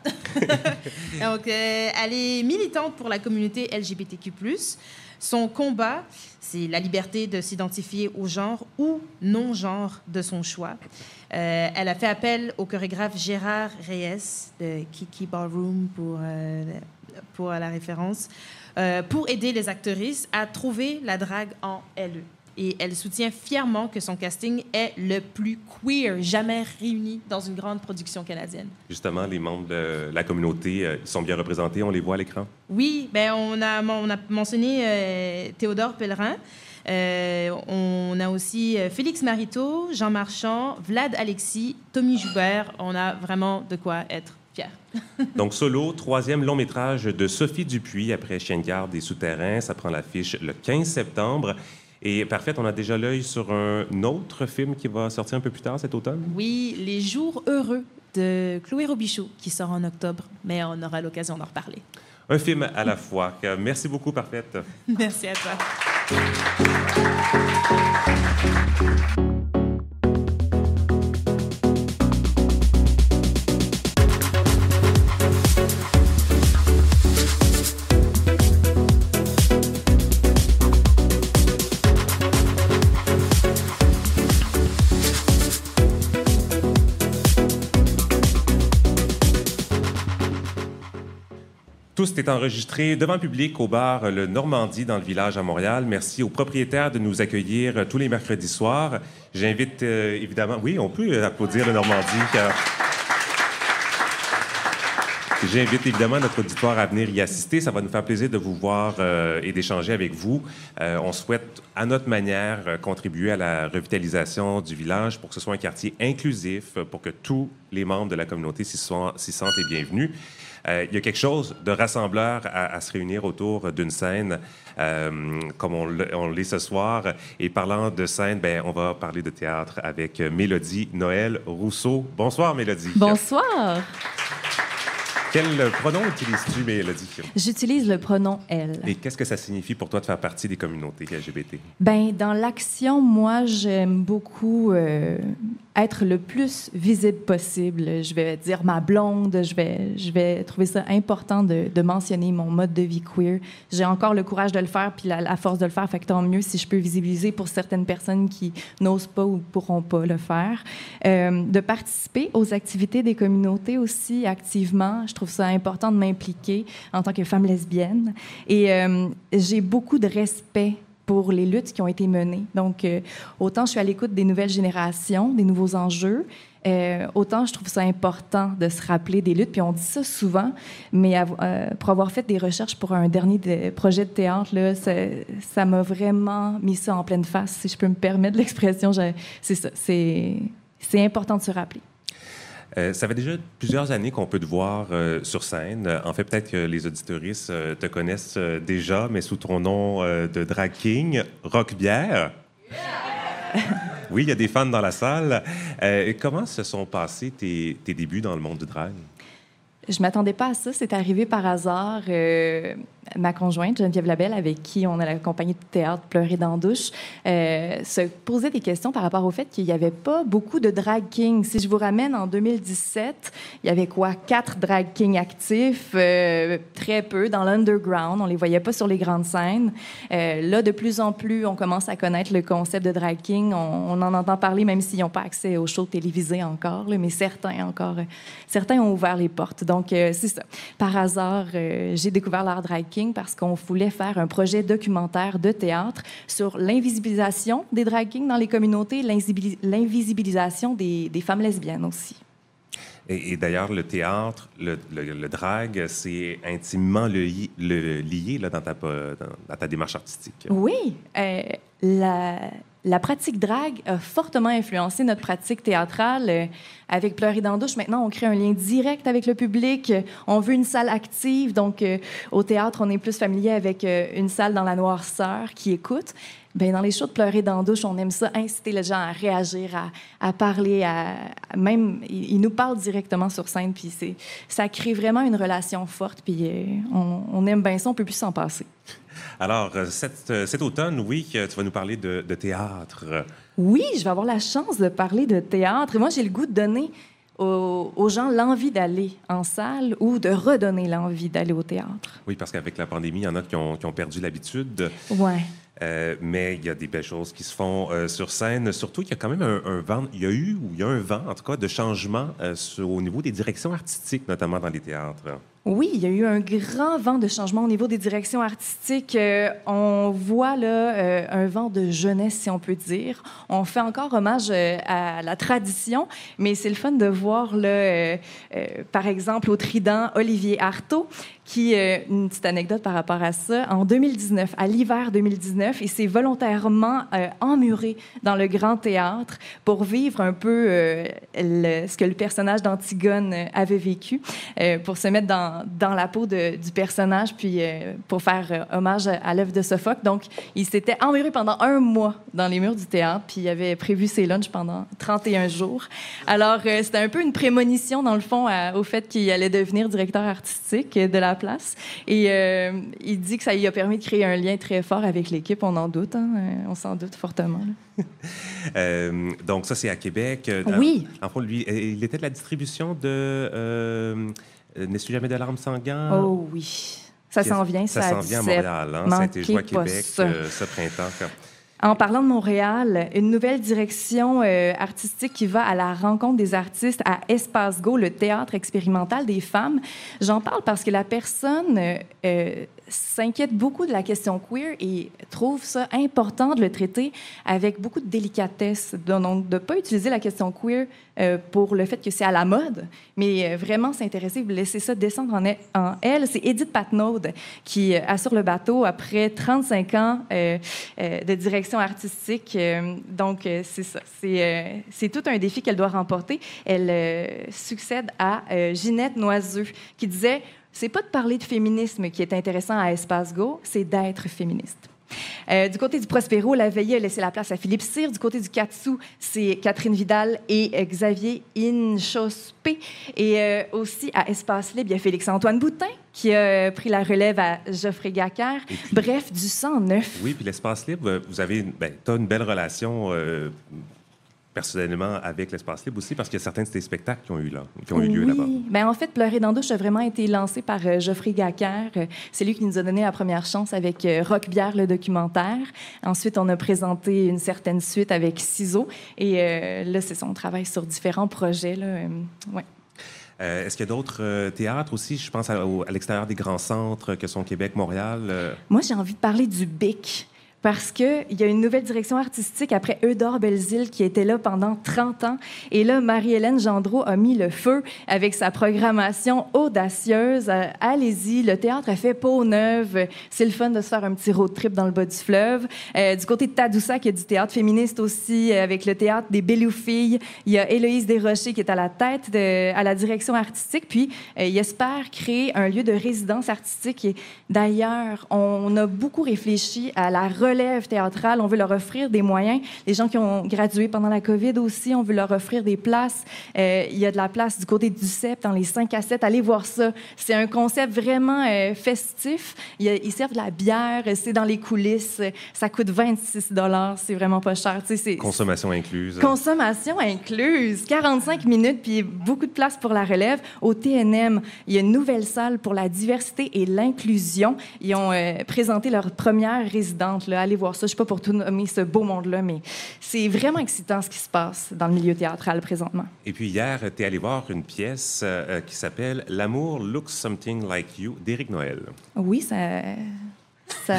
Donc, euh, elle est militante pour la communauté L G B T Q plus. Son combat, c'est la liberté de s'identifier au genre ou non-genre de son choix. Euh, elle a fait appel au chorégraphe Gérard Reyes de Kiki Ballroom pour, euh, pour la référence, euh, pour aider les actrices à trouver la drague en elles. Et elle soutient fièrement que son casting est le plus queer jamais réuni dans une grande production canadienne. Justement, les membres de la communauté euh, sont bien représentés, on les voit à l'écran? Oui, ben on, a, on a mentionné euh, Théodore Pellerin. Euh, on a aussi euh, Félix Marito, Jean Marchand, Vlad Alexis, Tommy Joubert. On a vraiment de quoi être fiers. Donc, Solo, troisième long métrage de Sophie Dupuis après Chien de garde et Souterrains. Ça prend l'affiche le quinze septembre. Et parfait, on a déjà l'œil sur un autre film qui va sortir un peu plus tard cet automne. Oui, Les Jours heureux de Chloé Robichaud qui sort en octobre, mais on aura l'occasion d'en reparler. Un film à la fois. Merci beaucoup, Parfaite. Merci à toi. Tout est enregistré devant le public au bar Le Normandie dans le village à Montréal. Merci aux propriétaires de nous accueillir tous les mercredis soirs. J'invite euh, évidemment... Oui, on peut applaudir Le Normandie. Car... J'invite évidemment notre auditoire à venir y assister. Ça va nous faire plaisir de vous voir euh, et d'échanger avec vous. Euh, on souhaite, à notre manière, euh, contribuer à la revitalisation du village pour que ce soit un quartier inclusif, pour que tous les membres de la communauté s'y sont- s'y sentent les bienvenus. Euh, il y a quelque chose de rassembleur à, à se réunir autour d'une scène, euh, comme on, l- on l'est ce soir. Et parlant de scène, ben, on va parler de théâtre avec Mélodie Noël Rousseau. Bonsoir, Mélodie. Bonsoir. Quel pronom utilises-tu, Mélodie? J'utilise le pronom elle. Et qu'est-ce que ça signifie pour toi de faire partie des communautés L G B T? Ben, dans l'action, moi, j'aime beaucoup euh, être le plus visible possible. Je vais dire ma blonde, je vais, je vais trouver ça important de, de mentionner mon mode de vie queer. J'ai encore le courage de le faire, puis la, la force de le faire, fait que tant mieux si je peux visibiliser pour certaines personnes qui n'osent pas ou pourront pas le faire. Euh, de participer aux activités des communautés aussi activement. Je trouve ça important de m'impliquer en tant que femme lesbienne. Et euh, j'ai beaucoup de respect pour les luttes qui ont été menées. Donc, euh, autant je suis à l'écoute des nouvelles générations, des nouveaux enjeux, euh, autant je trouve ça important de se rappeler des luttes. Puis on dit ça souvent, mais av- euh, pour avoir fait des recherches pour un dernier de- projet de théâtre, là, ça, ça m'a vraiment mis ça en pleine face, si je peux me permettre l'expression. Je- C'est ça, c'est, c'est important de se rappeler. Euh, ça fait déjà plusieurs années qu'on peut te voir euh, sur scène. Euh, En fait, peut-être que les auditoristes euh, te connaissent euh, déjà, mais sous ton nom euh, de drag king, Roquebière. Oui, il y a des fans dans la salle. Euh, comment se sont passés tes, tes débuts dans le monde du drag? Je m'attendais pas à ça. C'est arrivé par hasard. Euh, ma conjointe, Geneviève Labelle, avec qui on a la compagnie de théâtre Pleurer dans la douche, euh, se posait des questions par rapport au fait qu'il n'y avait pas beaucoup de drag kings. Si je vous ramène en deux mille dix-sept, il y avait quoi? Quatre drag kings actifs, euh, très peu, dans l'underground. On les voyait pas sur les grandes scènes. Euh, là, de plus en plus, on commence à connaître le concept de drag king. On, on en entend parler, même s'ils n'ont pas accès aux shows télévisés encore, là, mais certains encore, euh, certains ont ouvert les portes. Donc, euh, c'est ça. Par hasard, euh, j'ai découvert l'art drag king parce qu'on voulait faire un projet documentaire de théâtre sur l'invisibilisation des drag kings dans les communautés, l'invisibilis- l'invisibilisation des, des femmes lesbiennes aussi. Et, et d'ailleurs, le théâtre, le, le- le drag, c'est intimement le, li- le- lié là, dans, ta, po- dans, dans ta démarche artistique. Oui, euh, la, la pratique drague a fortement influencé notre pratique théâtrale. Euh, avec Pleurer dans la douche, maintenant, on crée un lien direct avec le public. Euh, On veut une salle active. Donc, euh, au théâtre, on est plus familier avec euh, une salle dans la noirceur qui écoute. Bien, dans les shows de Pleurer dans la douche, on aime ça, inciter les gens à réagir, à, à parler, à, à même... Ils, ils nous parlent directement sur scène, puis c'est, ça crée vraiment une relation forte, puis euh, on, on aime bien ça, on peut plus s'en passer. Alors, euh, cet, euh, cet automne, oui, que tu vas nous parler de, de théâtre. Oui, je vais avoir la chance de parler de théâtre. Et moi, j'ai le goût de donner aux, aux gens l'envie d'aller en salle ou de redonner l'envie d'aller au théâtre. Oui, parce qu'avec la pandémie, il y en a qui ont, qui ont perdu l'habitude. Ouais. Euh, mais il y a des belles choses qui se font euh, sur scène. Surtout qu'il y a quand même un, un vent, il y a eu ou il y a un vent, en tout cas, de changement euh, sur- au niveau des directions artistiques, notamment dans les théâtres. Oui, il y a eu un grand vent de changement au niveau des directions artistiques. Euh, on voit là euh, un vent de jeunesse, si on peut dire. On fait encore hommage euh, à la tradition, mais c'est le fun de voir là, euh, euh, par exemple, au Trident, Olivier Artaud, qui, euh, une petite anecdote par rapport à ça, en deux mille dix-neuf, à l'hiver deux mille dix-neuf, neuf. Il s'est volontairement euh, emmuré dans le Grand Théâtre pour vivre un peu euh, le, ce que le personnage d'Antigone avait vécu, euh, pour se mettre dans, dans la peau de, du personnage, puis euh, pour faire euh, hommage à, à l'œuvre de Sophocle. Donc, il s'était emmuré pendant un mois dans les murs du théâtre, puis il avait prévu ses lunchs pendant trente et un jours. Alors, euh, c'était un peu une prémonition, dans le fond, à, au fait qu'il allait devenir directeur artistique de la place. Et euh, il dit que ça lui a permis de créer un lien très fort avec l'équipe, on en doute, hein? On s'en doute fortement. euh, donc, ça, c'est à Québec. Oui. En, en fond, lui, il était de la distribution de euh, N'essuie jamais de larmes sans gants. Oh oui. Ça s'en vient, ça, ça s'en vient à Montréal. Hein? Ça a été joué à Québec ça. Euh, ce printemps. En parlant de Montréal, une nouvelle direction euh, artistique qui va à la rencontre des artistes à Espace Go, le théâtre expérimental des femmes. J'en parle parce que la personne euh, s'inquiète beaucoup de la question queer et trouve ça important de le traiter avec beaucoup de délicatesse. Donc, de ne pas utiliser la question queer euh, pour le fait que c'est à la mode, mais euh, vraiment s'intéresser, laisser ça descendre en, en elle. C'est Edith Patnaud qui euh, assure le bateau après trente-cinq ans euh, euh, de direction artistique. Euh, donc, euh, c'est ça. C'est, euh, c'est tout un défi qu'elle doit remporter. Elle euh, succède à euh, Ginette Noiseux, qui disait « C'est pas de parler de féminisme qui est intéressant à Espace Go, c'est d'être féministe. » Euh, du côté du Prospero, la veillée a laissé la place à Philippe Cyr. Du côté du Katsu, c'est Catherine Vidal et euh, Xavier Inchospé. Et euh, aussi à Espace Libre, il y a Félix-Antoine Boutin qui a pris la relève à Geoffrey Gacker. Puis, bref, du sang neuf. Oui, puis l'Espace Libre, vous avez, ben, tu as une belle relation euh, personnellement avec l'Espace Libre aussi, parce qu'il y a certains de tes spectacles qui ont eu, là, qui ont eu lieu oui. là-bas. Bien, en fait, Pleurer dans la douche a vraiment été lancé par euh, Geoffrey Gacker. Euh, c'est lui qui nous a donné la première chance avec euh, Rock Bière, le documentaire. Ensuite, on a présenté une certaine suite avec Ciseaux. Et euh, là, c'est ça, on travaille sur différents projets. Là, euh, ouais. Euh, est-ce qu'il y a d'autres euh, théâtres aussi? Je pense à, au, à l'extérieur des grands centres que sont Québec, Montréal. Euh... Moi, j'ai envie de parler du B I C. Parce qu'il y a une nouvelle direction artistique après Eudore Belzile qui était là pendant trente ans. Et là, Marie-Hélène Gendreau a mis le feu avec sa programmation audacieuse. Euh, allez-y, le théâtre a fait peau neuve. C'est le fun de se faire un petit road trip dans le bas du fleuve. Euh, du côté de Tadoussac, il y a du théâtre féministe aussi, euh, avec le théâtre des Belloufilles. Il y a Héloïse Desrochers qui est à la tête, de, à la direction artistique. Puis, euh, il espère créer un lieu de résidence artistique. Et d'ailleurs, on a beaucoup réfléchi à la relève théâtrale. On veut leur offrir des moyens. Les gens qui ont gradué pendant la COVID aussi, on veut leur offrir des places. Euh, il y a de la place du côté du C E P, dans les cinq à sept. Allez voir ça. C'est un concept vraiment euh, festif. Il y a, ils servent de la bière. C'est dans les coulisses. Ça coûte vingt-six dollars. C'est vraiment pas cher. Tu sais, c'est, Consommation incluse. Consommation incluse. quarante-cinq minutes, puis beaucoup de place pour la relève. Au T N M, il y a une nouvelle salle pour la diversité et l'inclusion. Ils ont euh, présenté leur première résidente, là. Allez voir ça. Je ne sais pas pour tout nommer ce beau monde-là, mais c'est vraiment excitant ce qui se passe dans le milieu théâtral présentement. Et puis hier, tu es allé voir une pièce euh, qui s'appelle « L'amour looks something like you » d'Éric Noël. Oui, ça... Ça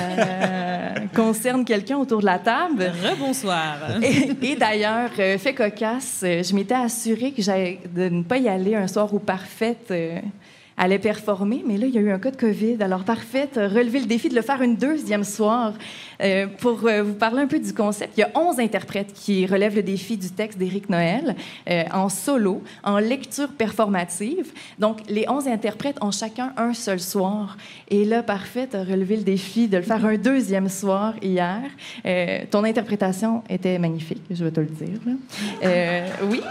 concerne quelqu'un autour de la table. Rebonsoir. Et, et d'ailleurs, euh, fait cocasse, euh, je m'étais assurée que j'allais de ne pas y aller un soir où Parfaite euh, allait performer, mais là, il y a eu un cas de COVID. Alors, Parfaite a relevé le défi de le faire une deuxième soir. Euh, pour euh, vous parler un peu du concept, il y a onze interprètes qui relèvent le défi du texte d'Éric Noël euh, en solo, en lecture performative. Donc, les onze interprètes ont chacun un seul soir. Et là, Parfaite a relevé le défi de le faire un deuxième soir hier. Euh, ton interprétation était magnifique, je vais te le dire. Là. Euh, oui.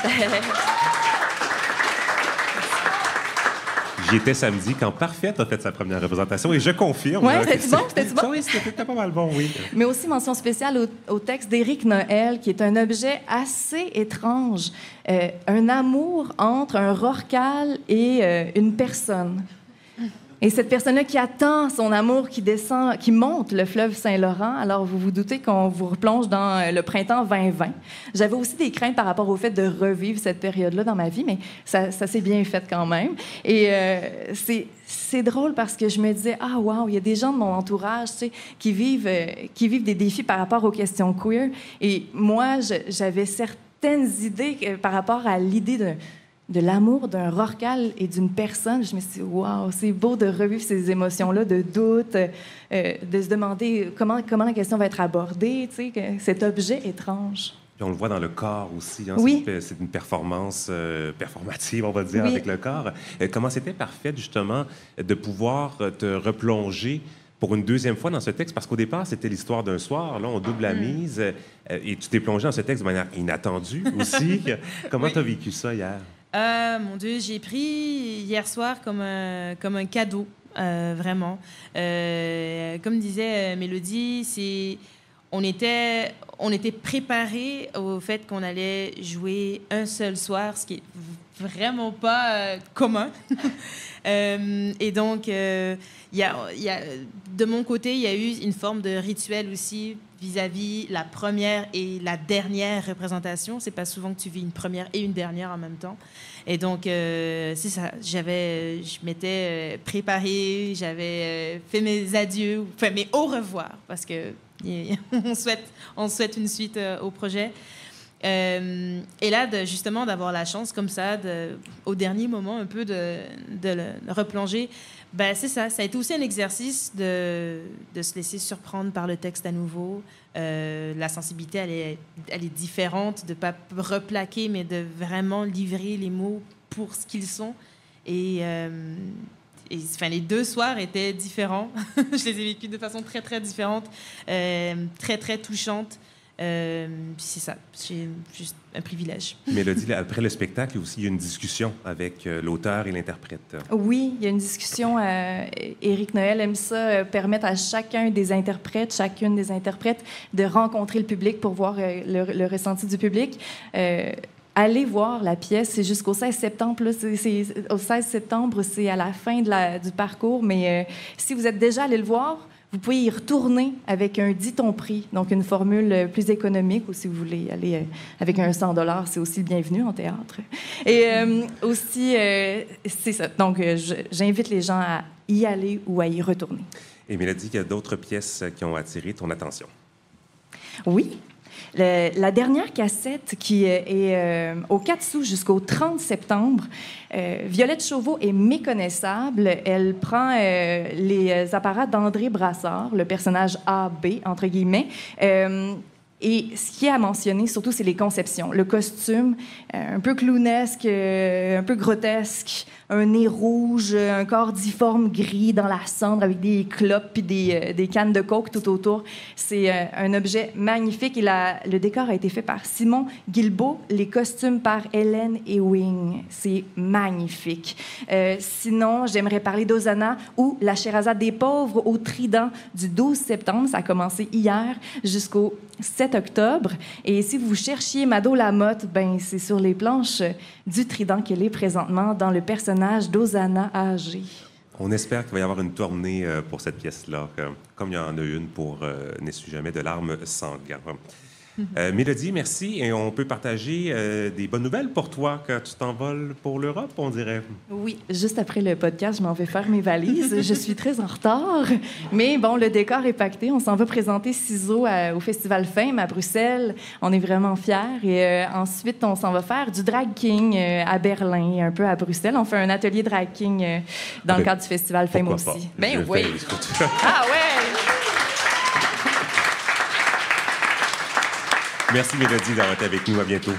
J'y étais samedi quand Parfaite a fait sa première représentation et je confirme. Oui, c'était bon, c'était bon. Oui, c'était pas mal bon, oui. Mais aussi mention spéciale au, au texte d'Éric Noël, qui est un objet assez étrange. Euh, un amour entre un rorcal et euh, une personne. Et cette personne-là qui attend son amour qui descend, qui monte le fleuve Saint-Laurent, alors vous vous doutez qu'on vous replonge dans le printemps vingt vingt. J'avais aussi des craintes par rapport au fait de revivre cette période-là dans ma vie, mais ça, ça s'est bien fait quand même. Et euh, c'est, c'est drôle parce que je me disais, ah wow, il y a des gens de mon entourage, tu sais, qui vivent, euh, qui vivent des défis par rapport aux questions queer. Et moi, je, j'avais certaines idées par rapport à l'idée de de l'amour d'un rorcal et d'une personne. Je me suis dit, waouh, c'est beau de revivre ces émotions-là de doute, euh, de se demander comment, comment la question va être abordée, tu sais, que cet objet étrange. Puis on le voit dans le corps aussi. Hein? Oui. C'est, c'est une performance euh, performative, on va dire, Oui. avec le corps. Euh, comment c'était parfait, justement, de pouvoir te replonger pour une deuxième fois dans ce texte? Parce qu'au départ, c'était l'histoire d'un soir. Là, on double la mise. Euh, et tu t'es plongé dans ce texte de manière inattendue aussi. Comment Oui. tu as vécu ça hier? Euh, mon Dieu, j'ai pris hier soir comme un, comme un cadeau, euh, vraiment. Euh, comme disait euh, Mélodie, c'est... On était, on était préparés au fait qu'on allait jouer un seul soir, ce qui est vraiment pas euh, commun. euh, et donc, euh, y a, y a, de mon côté, il y a eu une forme de rituel aussi vis-à-vis la première et la dernière représentation. C'est pas souvent que tu vis une première et une dernière en même temps. Et donc, euh, c'est ça. J'avais, je m'étais préparée, j'avais euh, fait mes adieux, enfin mes au revoir, parce que on souhaite, on souhaite une suite euh, au projet. Euh, et là, de, justement, d'avoir la chance comme ça, de, au dernier moment, un peu de, de le replonger, ben, c'est ça. Ça a été aussi un exercice de, de se laisser surprendre par le texte à nouveau. Euh, la sensibilité, elle est, elle est différente, de ne pas replaquer, mais de vraiment livrer les mots pour ce qu'ils sont. Et... Euh, Et, enfin, les deux soirs étaient différents. Je les ai vécus de façon très, très différente, euh, très, très touchante. Euh, puis c'est ça, c'est juste un privilège. Mélodie, là, après le spectacle, aussi, il y a une discussion avec euh, l'auteur et l'interprète. Oui, il y a une discussion. Euh, Éric Noël aime ça, euh, permettre à chacun des interprètes, chacune des interprètes, de rencontrer le public pour voir euh, le, le ressenti du public. Euh, Allez voir la pièce, c'est jusqu'au seize septembre. Là, c'est, c'est, au seize septembre, c'est à la fin de la, du parcours. Mais euh, si vous êtes déjà allé le voir, vous pouvez y retourner avec un dit ton prix, donc une formule plus économique, ou si vous voulez aller euh, avec un cent dollars, c'est aussi le bienvenu en théâtre. Et euh, aussi, euh, c'est ça. Donc, euh, je, j'invite les gens à y aller ou à y retourner. Et Mélodie, il y a d'autres pièces qui ont attiré ton attention. Oui. Le, la dernière cassette qui est euh, au quatre sous jusqu'au trente septembre, euh, Violette Chauveau est méconnaissable. Elle prend euh, les apparats d'André Brassard, le personnage A B, entre guillemets. Euh, Et ce qui est à mentionner, surtout, c'est les conceptions. Le costume, euh, un peu clownesque, euh, un peu grotesque, un nez rouge, un corps difforme gris dans la cendre avec des clopes puis des, euh, des cannes de coke tout autour. C'est euh, un objet magnifique. Et la, le décor a été fait par Simon Guilbeault, les costumes par Hélène Ewing. C'est magnifique. Euh, sinon, j'aimerais parler d'Hosanna ou La Sherazade des pauvres au Trident du douze septembre. Ça a commencé hier jusqu'au sept octobre. Et si vous cherchiez Mado Lamotte, ben c'est sur les planches du Trident qu'elle est présentement dans le personnage d'Hosanna âgée. On espère qu'il va y avoir une tournée euh, pour cette pièce-là, que, comme il y en a une pour euh, N'essuie jamais de larmes sanglantes. Euh, Mélodie, merci. Et on peut partager euh, des bonnes nouvelles pour toi que tu t'envoles pour l'Europe, on dirait. Oui, juste après le podcast, je m'en vais faire mes valises. Je suis très en retard. Mais bon, le décor est pacté. On s'en va présenter Ciseaux à, au Festival Fame à Bruxelles. On est vraiment fiers. Et euh, ensuite, on s'en va faire du drag king euh, à Berlin, un peu à Bruxelles. On fait un atelier drag king euh, dans ben, le cadre du Festival Fame aussi. Pas? Ben Je oui. fais, Ah ouais! Merci, Mélodie, d'avoir été avec nous. À bientôt.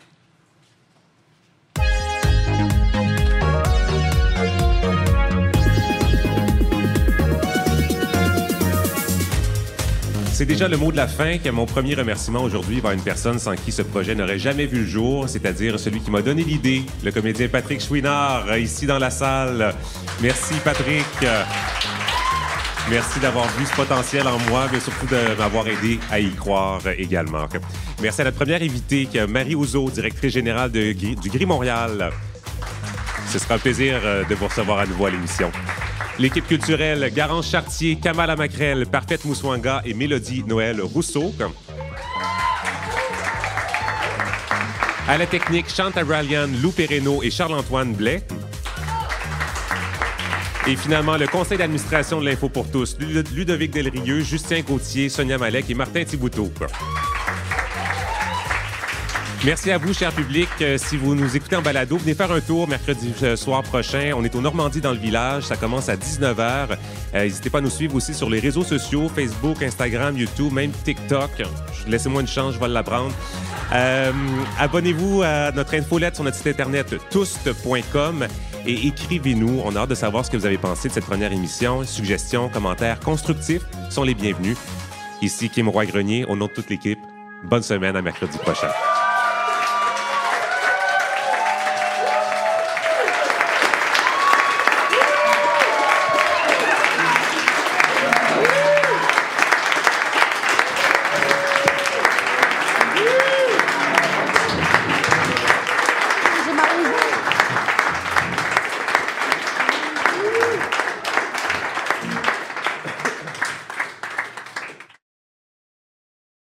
C'est déjà le mot de la fin que mon premier remerciement aujourd'hui va à une personne sans qui ce projet n'aurait jamais vu le jour, c'est-à-dire celui qui m'a donné l'idée, le comédien Patrick Chouinard, ici dans la salle. Merci, Patrick. Merci d'avoir vu ce potentiel en moi, mais surtout de m'avoir aidé à y croire également. Merci à notre première invitée, Marie Ouzeau, directrice générale de, du Gris Montréal. Ce sera un plaisir de vous recevoir à nouveau à l'émission. L'équipe culturelle, Garance Chartier, Kamala Macrel, Parfaite Mouswanga et Mélodie Noël Rousseau. À la technique, Chanta Bralian, Lou Perreno et Charles-Antoine Blais. Et finalement, le conseil d'administration de l'Info pour tous, Ludovic Delrieux, Justin Gauthier, Sonia Malek et Martin Thibouteau. Merci à vous, cher public. Euh, si vous nous écoutez en balado, venez faire un tour mercredi euh, soir prochain. On est au Normandie dans le village. Ça commence à dix-neuf heures. Euh, n'hésitez pas à nous suivre aussi sur les réseaux sociaux, Facebook, Instagram, YouTube, même TikTok. Laissez-moi une chance, je vais l'apprendre. Euh, abonnez-vous à notre infolette sur notre site internet toust point com et écrivez-nous. On a hâte de savoir ce que vous avez pensé de cette première émission. Suggestions, commentaires constructifs sont les bienvenus. Ici Kim Roy-Grenier, au nom de toute l'équipe. Bonne semaine, à mercredi prochain.